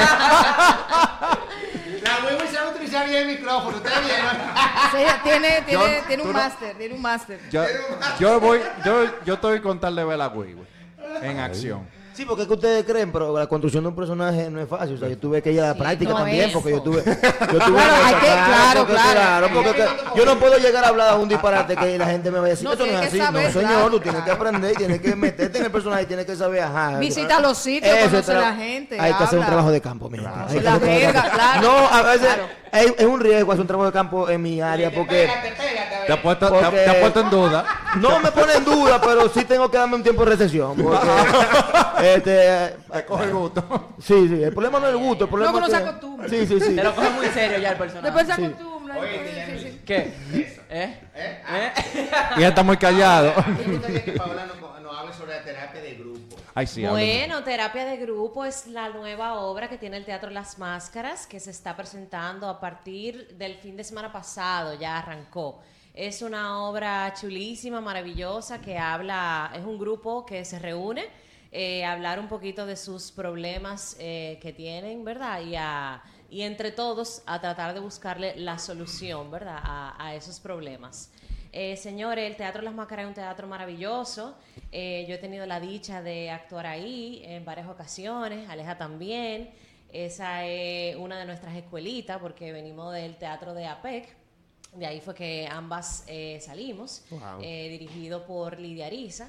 La Wiwi se va a utilizar bien el micrófono, ustedes vieron. Sí, tiene, tiene, Yo- tiene tú un no- máster, tiene un máster. Yo, yo voy, yo, yo estoy con tal de ver la Wiwi en acción. Sí, porque es que ustedes creen, pero la construcción de un personaje no es fácil. O sea, yo tuve que ir a la Sí, práctica no también, es. porque yo tuve. Yo tuve Claro, hay que- claro, porque, claro. porque es que yo no puedo llegar a hablar un disparate que la gente me va a decir. No, Eso no es tienes así. que saber, no, señor, claro, tú tienes que claro. aprender, tienes que meterte en el personaje, tienes que saber, ajá. Visita los sitios, Eso, conoce tra- la gente, Hay que hacer un habla. trabajo de campo, mira. Conoce Hay que la hacer un trabajo de jerga, campo. claro. No, a veces Claro. es, es un riesgo hacer un trabajo de campo en mi área porque. Pégate, pégate, a ver. Te ha puesto, te ha- Porque- te ha puesto en duda. No me pone en duda, pero sí tengo que darme un tiempo de recesión. Porque, este, Te coge el gusto. sí, sí, el problema no es el gusto, el problema No, que es uno que- se acostumbra. Sí, sí, sí. Te lo coge muy serio ya el personaje. Después se Sí. acostumbra. Oye, sí, te sí, sí. ¿Qué? ¿Eh? ¿Eh? ¿Eh? Y está muy callado. Me gustaría que Paola nos, nos hable sobre la terapia de grupo. Ay, sí, háblame. Bueno, Terapia de Grupo es la nueva obra que tiene el Teatro Las Máscaras, que se está presentando a partir del fin de semana pasado, ya arrancó. Es una obra chulísima, maravillosa, que habla, es un grupo que se reúne eh, a hablar un poquito de sus problemas eh, que tienen, ¿verdad? Y a y entre todos a tratar de buscarle la solución, ¿verdad?, a, a esos problemas. Eh, señores, el Teatro Las Máscaras es un teatro maravilloso. Eh, yo he tenido la dicha de actuar ahí en varias ocasiones, Aleja también. Esa es una de nuestras escuelitas porque venimos del teatro de A P E C. De ahí fue que ambas eh, salimos, wow. eh, dirigido por Lidia Ariza.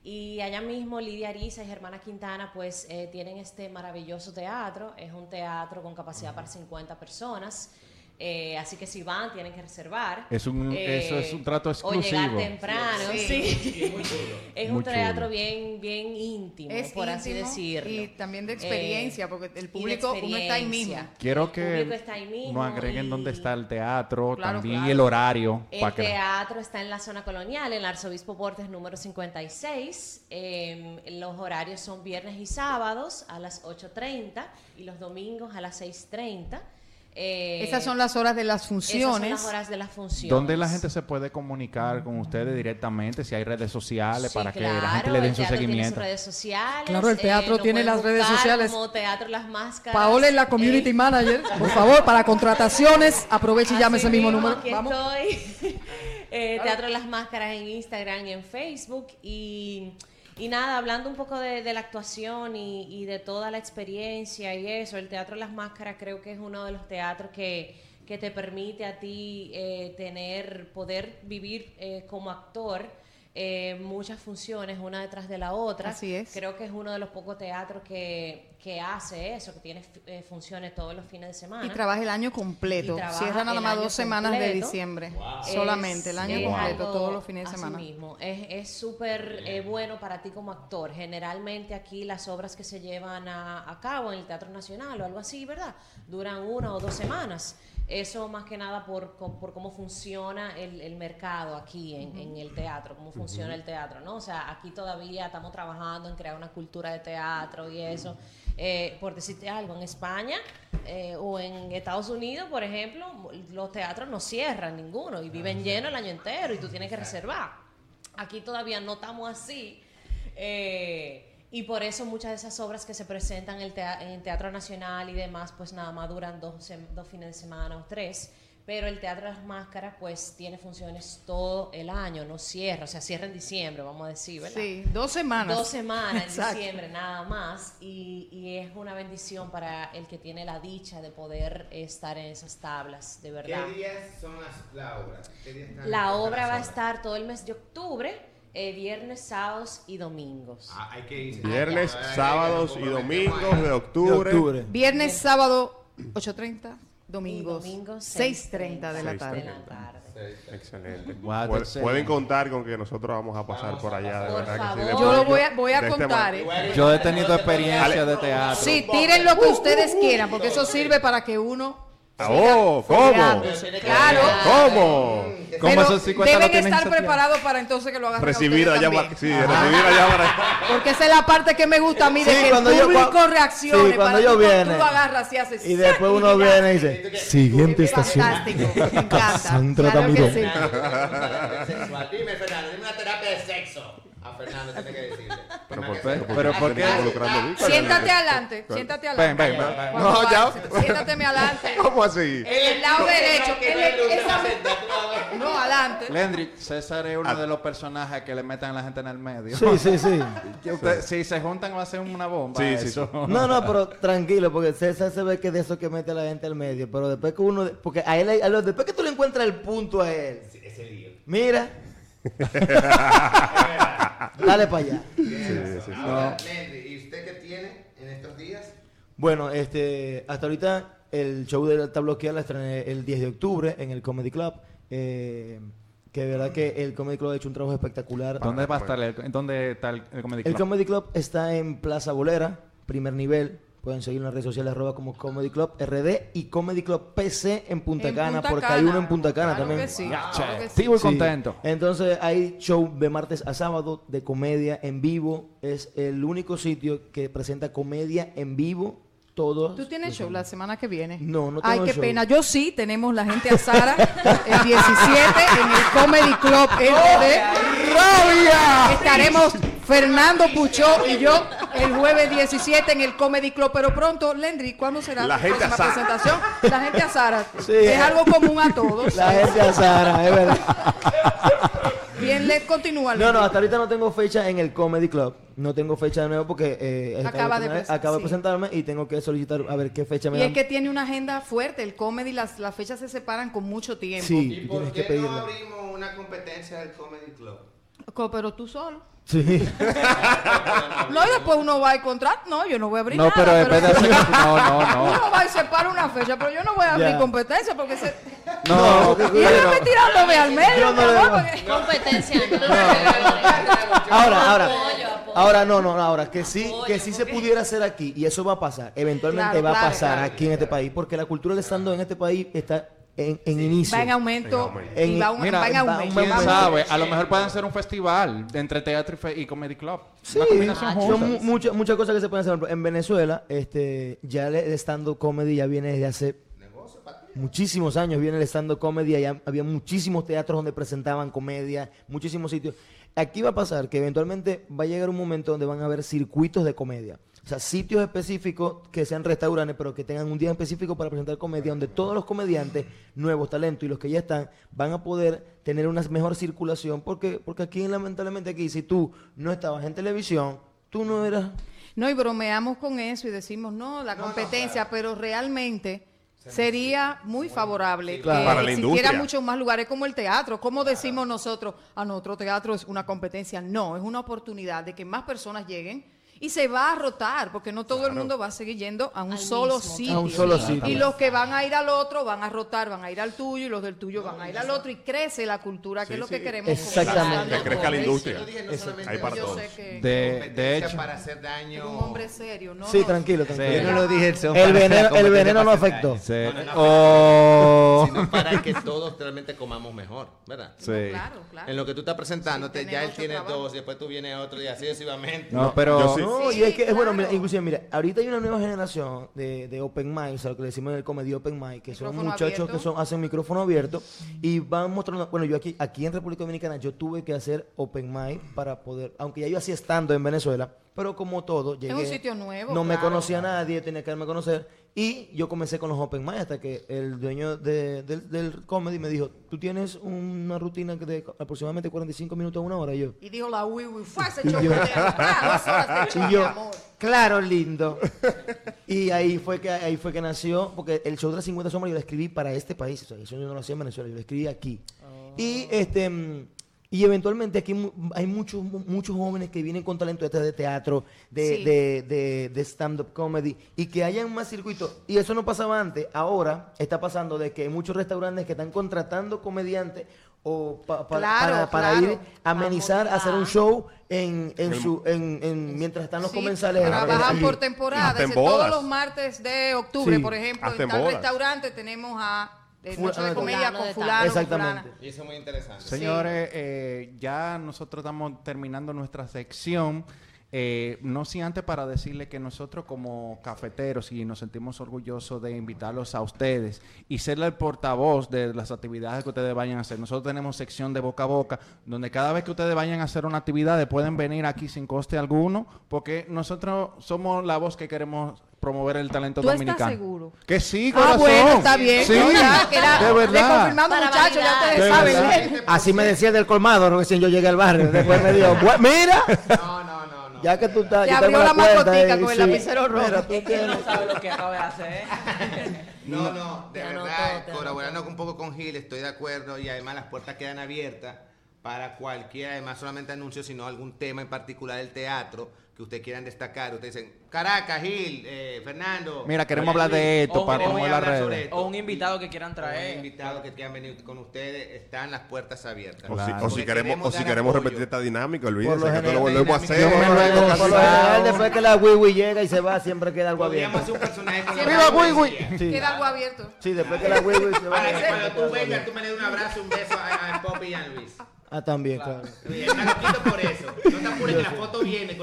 Y allá mismo Lidia Ariza y Germana Quintana pues eh, tienen este maravilloso teatro. Es un teatro con capacidad para cincuenta personas. Eh, así que si van, tienen que reservar. Es un, eh, eso es un trato exclusivo. O llegar temprano, sí. sí. sí. Muy chulo. Es muy un teatro chulo. bien, bien íntimo, Es por íntimo así decirlo. Y también de experiencia, Eh, porque el y de público, uno está ahí mismo. experiencia. Quiero El que público está ahí mismo nos agreguen y- dónde está el teatro, Claro, también claro. el horario. El pa' que la- teatro está en la zona colonial, en el Arzobispo Portes número cincuenta y seis. Eh, los horarios son viernes y sábados a las ocho treinta y los domingos a las seis treinta. Eh, Esas son las horas de las esas funciones. son las horas de las funciones. ¿Dónde la gente se puede comunicar con ustedes directamente? Si hay redes sociales Sí, para que claro, la gente le den el su teatro tiene seguimiento. sus redes sociales. Claro, el teatro nos tiene pueden las redes buscar sociales. Como Teatro Las Máscaras. Paola es la community Eh, manager. Por favor, para contrataciones, aproveche y llame Así ese mismo mismo, número. aquí Vamos. estoy. Eh, Teatro Las Máscaras en Instagram y en Facebook. Y, y nada, hablando un poco de, de la actuación y, y de toda la experiencia y eso, el Teatro Las Máscaras creo que es uno de los teatros que, que te permite a ti eh, tener, poder vivir eh, como actor eh, muchas funciones una detrás de la otra. Así es. Creo que es uno de los pocos teatros que, que hace eso, que tiene eh, funciones todos los fines de semana. Y trabaja el año completo. Y trabaja Cierra nada el más año dos semanas de completo. diciembre. Es- Solamente el año es completo, algo todos los fines de así semana. mismo. Es es súper eh, bueno para ti como actor. Generalmente aquí las obras que se llevan a, a cabo en el Teatro Nacional o algo así, ¿verdad?, duran una o dos semanas. Eso más que nada por, co- por cómo funciona el, el mercado aquí en, en el teatro, cómo funciona el teatro, ¿no? O sea, aquí todavía estamos trabajando en crear una cultura de teatro y eso. Eh, por decirte algo, en España eh, o en Estados Unidos, por ejemplo, los teatros no cierran ninguno y viven llenos el año entero y tú tienes que reservar. Aquí todavía no estamos así. Eh, y por eso muchas de esas obras que se presentan en el, tea- en el Teatro Nacional y demás, pues nada más duran dos, sem- dos fines de semana o tres. Pero el Teatro de las Máscaras, pues tiene funciones todo el año, no cierra. O sea, cierra en diciembre, vamos a decir, ¿verdad? Sí, dos semanas. Dos semanas en Exacto. diciembre, nada más. Y, y es una bendición para el que tiene la dicha de poder estar en esas tablas, de verdad. ¿Qué días son las, la obra? ¿Qué días están La las obra va a obras? estar todo el mes de octubre, eh, viernes, sábados y domingos. Ah, hay que ir. Viernes, Ah, ya. sábados Ay, y nos domingos comprometemos de ahí. octubre. De octubre. Viernes, sábado, ocho treinta. Domingos, Y domingos, seis treinta de la seis tarde. De la tarde. Excelente. Wow, Pueden- excelente. Pueden contar con que nosotros vamos a pasar Vamos por a allá, de Por verdad que sí. favor. después Yo lo de- voy a, voy a de este contar, mo- ¿eh? Yo he tenido experiencia de teatro. Sí, tiren lo que ustedes quieran, porque eso sirve para que uno... Ah, siga oh, ¿cómo? fogueándose. Claro. ¿Cómo? ¿Cómo Pero esos cincuenta no deben tienen estar sentido? preparados para entonces que lo hagan Recibir allá, también. para- sí, recibir allá para... Porque esa es la parte que me gusta a mí, de Sí, que cuando el yo- público cua- reaccione. sí, cuando para yo tú, viene. tú lo agarras y haces... Y después uno ¡sac! viene y dice, siguiente estación. Fantástico, me encanta. Sandra Claro que Tamirón. sí. Sexual. Dime, Fernando, dime una terapia de sexo. A Fernando tiene que decirle. Pero Tiene por que qué, ser- Pero ¿por qué? involucrando a mí? Siéntate adelante, siéntate Ven, adelante. ven, ven. ven. Cuando No, ya. vayas, Siéntate adelante. ¿Cómo así? El lado derecho. Que el- no hay luz, esa- se va a sentar, tú vas a ver. No, adelante. Lendry, César es uno de los personajes que le meten a la gente en el medio. Sí, sí, sí. Que usted- si se juntan va a ser una bomba. Sí, sí, eso. No, no, pero tranquilo, porque César se ve que es de eso que mete a la gente al medio. Pero después que uno. Porque a él, a lo- después que tú le encuentras el punto a él, Sí, ese lío. mira. Dale para allá. Tienes razón. Ahora, Lendry, ¿y usted qué tiene en estos días? Bueno, este, hasta ahorita el show de Alta Bloqueada la estrené el diez de octubre en el Comedy Club. Eh, que de verdad que el Comedy Club ha hecho un trabajo espectacular. ¿Dónde va a estar el, ¿dónde está el, el Comedy El Club? Comedy Club está en Plaza Bolera, primer nivel. Pueden seguir en las redes sociales arroba como Comedy Club R D y Comedy Club P C en Punta En Cana, Punta porque Cana. hay uno en Punta Cana Claro también. que sí, Ya, claro che, que sí. Estoy muy Sí. contento. Entonces hay show de martes a sábado de comedia en vivo. Es el único sitio que presenta comedia en vivo todos. ¿Tú tienes los show la domingos. semana que viene? No, no Ay, tengo qué show. pena. Yo sí, tenemos la gente a Sara el diecisiete en el Comedy Club R D. ¡Rabia! Estaremos Fernando Puchó y yo el jueves diecisiete en el Comedy Club, pero pronto, Lendry, ¿cuándo será La tu gente próxima azara. presentación? La gente azara. Sí. Es algo común a todos. La gente azara, es verdad. Bien, le continúa. No, no, Lendry. hasta ahorita no tengo fecha en el Comedy Club. No tengo fecha de nuevo porque eh, Acaba de acabo, pres- acabo de sí. presentarme y tengo que solicitar a ver qué fecha me Y dan. es que tiene una agenda fuerte. El comedy, las, las fechas se separan con mucho tiempo. Sí, ¿Y tú por tienes que qué no pedirla. abrimos una competencia del Comedy Club? Co- Pero tú solo. Sí. No, y después uno va a encontrar. No, yo no voy a abrir No, nada. pero en vez de hacer- no, no, no. Uno va y separa una fecha, pero yo no voy a abrir Ya. competencia porque se. No, Y yo no estoy tirándome al medio, Yo no mi le- amor, porque- Competencia. Ahora, ahora, Apoyo, apoyo. ahora no, no, ahora que sí, Apoyo, que sí se porque- pudiera hacer aquí y eso va a pasar, eventualmente Claro, va a claro, pasar claro. aquí en este país, porque la cultura del stand-up en este país está en, en inicio. Va en aumento. En- y va, un- Mira, va en va- aumento. va- ¿Quién Vamos. sabe? A lo mejor pueden hacer un festival de entre teatro y, fe- y comedy club. Sí, Una combinación son junta. mu- muchas muchas cosas que se pueden hacer. En Venezuela, este, ya el stand-up comedy ya viene desde hace muchísimos años. Viene el stand-up comedy, allá había muchísimos teatros donde presentaban comedia, muchísimos sitios. Aquí va a pasar que eventualmente va a llegar un momento donde van a haber circuitos de comedia. O sea, sitios específicos que sean restaurantes, pero que tengan un día específico para presentar comedia, donde todos los comediantes, nuevos talentos y los que ya están, van a poder tener una mejor circulación, porque, porque aquí, lamentablemente, aquí, si tú no estabas en televisión, tú no eras... No, y bromeamos con eso y decimos, no, la competencia, pero realmente sería muy favorable claro. que Para la existiera industria. muchos más lugares como el teatro. ¿Cómo decimos nosotros, a nuestro teatro es una competencia? No, es una oportunidad de que más personas lleguen y se va a rotar, porque no todo el mundo va a seguir yendo a un Al solo mismo. sitio. A un solo sitio. Y los que van a ir al otro van a rotar, van a ir al tuyo, y los del tuyo van a ir al otro, y crece la cultura, que es lo que queremos. Exactamente. Que crezca la industria. Yo dije no solamente Hay para Yo todos. sé que De, de competencia hecho, para hacer daño. un hombre serio, ¿no? Sí, no. tranquilo, tranquilo. Yo no lo dije, son El para la veneno, el competencia veneno no para hacer afectó. daño. sí. No, no, no, Oh. sino para que todos realmente comamos mejor, ¿verdad? Sí. Claro, claro. En lo que tú estás presentándote, Sin ya tener él mucho tiene trabajo. dos, y después tú vienes otro, y así sucesivamente. No, pero Yo sí. No, Sí, y es que es bueno, claro. mira, inclusive, mira, ahorita hay una nueva generación de, de open mic, o sea, lo que le decimos en el comedy open mic, que son Micrófono muchachos abierto. que son hacen micrófono abierto y van mostrando, bueno, yo aquí aquí en República Dominicana yo tuve que hacer open mic para poder, aunque ya yo hacía estando en Venezuela, pero como todo, llegué, un sitio nuevo, no me claro. conocía a nadie, tenía que darme a conocer y yo comencé con los open mic hasta que el dueño de- del, del comedy me dijo, tú tienes una rutina que de aproximadamente cuarenta y cinco minutos a una hora, y yo, Y dijo la Wiwi, fue ese Y show yo- de ah, dos horas de show, y mi yo, amor. claro, lindo. Y ahí fue que ahí fue que nació, porque el show de las cincuenta sombras yo lo escribí para este país, o sea, eso yo no lo hacía en Venezuela, yo lo escribí aquí. Y este mm, y eventualmente aquí mu- hay muchos mu- muchos jóvenes que vienen con talento de teatro, de, Sí. de, de, de stand-up comedy, y que hayan más circuitos. Y eso no pasaba antes, ahora está pasando de que hay muchos restaurantes que están contratando comediantes o pa- pa- Claro, para, para claro. ir a amenizar, a hacer un show en, en su, en, en- mientras están los Sí, comensales. trabajan allí. por temporada. Hasta en Desde todos bodas. los martes de octubre, Sí, por ejemplo, hasta en en tal bodas. restaurante tenemos a eh, Fula- Noche de ah, comedia fulano con de tal. fulano, con Exactamente. fulana. Y eso es muy interesante. señores, eh, ya nosotros estamos terminando nuestra sección. Eh, no sin antes para decirle que nosotros como cafeteros y nos sentimos orgullosos de invitarlos a ustedes y serle el portavoz de las actividades que ustedes vayan a hacer. Nosotros tenemos sección de boca a boca donde cada vez que ustedes vayan a hacer una actividad pueden venir aquí sin coste alguno porque nosotros somos la voz que queremos promover el talento ¿Tú estás dominicano. seguro? Que sí, Ah, corazón. bueno, está bien. Sí, No, ya, que era- de le verdad. confirmamos, Para muchachos, ya validar. ustedes De saben. verdad. Así me decía del colmado, ¿no? Recién yo llegué al barrio. Después me dijo, "Bu- mira, No, no, no, no. ya que tú estás, Te yo abrió tengo la cuenta, mascotica eh, con el sí. lapicero rojo. Mira, tú No tienes- sabe lo que acaba de hacer. ¿eh? No, no, de Te anotó, verdad, te colaborando un poco con Gil, estoy de acuerdo y además las puertas quedan abiertas para cualquiera, además solamente anuncios, sino algún tema en particular del teatro que ustedes quieran destacar. Ustedes dicen, Caracas, Gil, eh, Fernando. Mira, queremos Oye, hablar de Luis, esto o- para o voy a promover las hablar sobre redes. esto. O un invitado que quieran O un traer. invitado que quieran venir con ustedes, están las puertas abiertas. O si, Claro. o si Porque queremos, o si dar queremos apoyo. repetir esta dinámica, Por olvídense lo que esto lo general, volvemos a dinámica. hacer. Yo me Por luego, por lo general, después que la Wiwi llega y se va, siempre queda algo Podríamos abierto. hacer un personaje con ¡Viva la Wiwi! poesía. Sí. Queda algo abierto. Sí, después que la Wiwi se va. Para que cuando queda tú algo vengas, abierto. tú me des un abrazo, un beso a, a Poppy y a Luis. Ah, también, claro. Oye, está loquito por eso. No te apures que la foto viene con la Wiwi.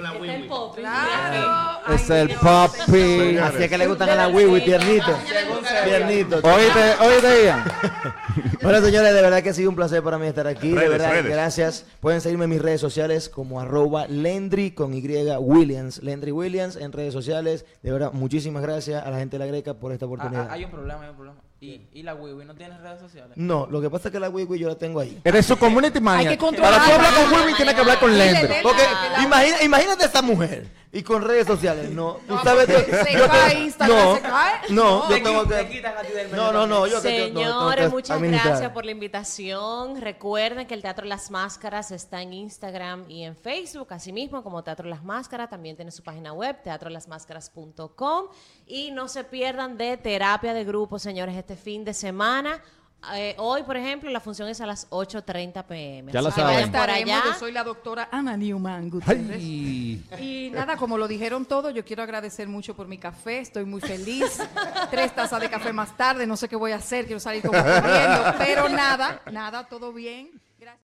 el Poppy. Claro. Es Ay, el Dios, Poppy. señor. Así es que le gustan a la Wiwi, tiernito. Tiernito. Oíste, oíste, Ian. Bueno, señores, de verdad que ha sido un placer para mí estar aquí. de Redes, verdad, redes. gracias. Pueden seguirme en mis redes sociales como arroba Lendry con Y Williams. Lendry Williams en redes sociales. De verdad, muchísimas gracias a la gente de la Greca por esta Ah, oportunidad. ah, hay un problema, hay un problema. ¿Y, y la Wiwi no tiene redes sociales? No, lo que pasa es que la Wiwi yo la tengo ahí. Eres su community manager. Hay que Para tú controlarla. hablar con Wiwi tienes que hablar con Dile, Lendry. dile. Porque La- imagina- imagínate esta mujer y con redes sociales. No, tú No, sabes porque que- se yo cae tengo- Instagram, no, se cae. No, Te yo tengo qui- te que. quitan a ti del medio No, no, no. también. Yo que- que- no, tengo Señores, que muchas administrar. gracias por la invitación. Recuerden que el Teatro Las Máscaras está en Instagram y en Facebook, asimismo como Teatro Las Máscaras. También tiene su página web, teatro las máscaras punto com. Y no se pierdan de terapia de grupo, señores, este fin de semana. Eh, hoy, por ejemplo, la función es a las ocho treinta p m. Ya lo Así que saben. vayan por Estaremos, allá. yo soy la doctora Ana Newman Gutiérrez. Ay. Y nada, como lo dijeron todos, yo quiero agradecer mucho por mi café, estoy muy feliz. Tres tazas de café más tarde, no sé qué voy a hacer, quiero salir como corriendo, pero nada, nada, todo bien.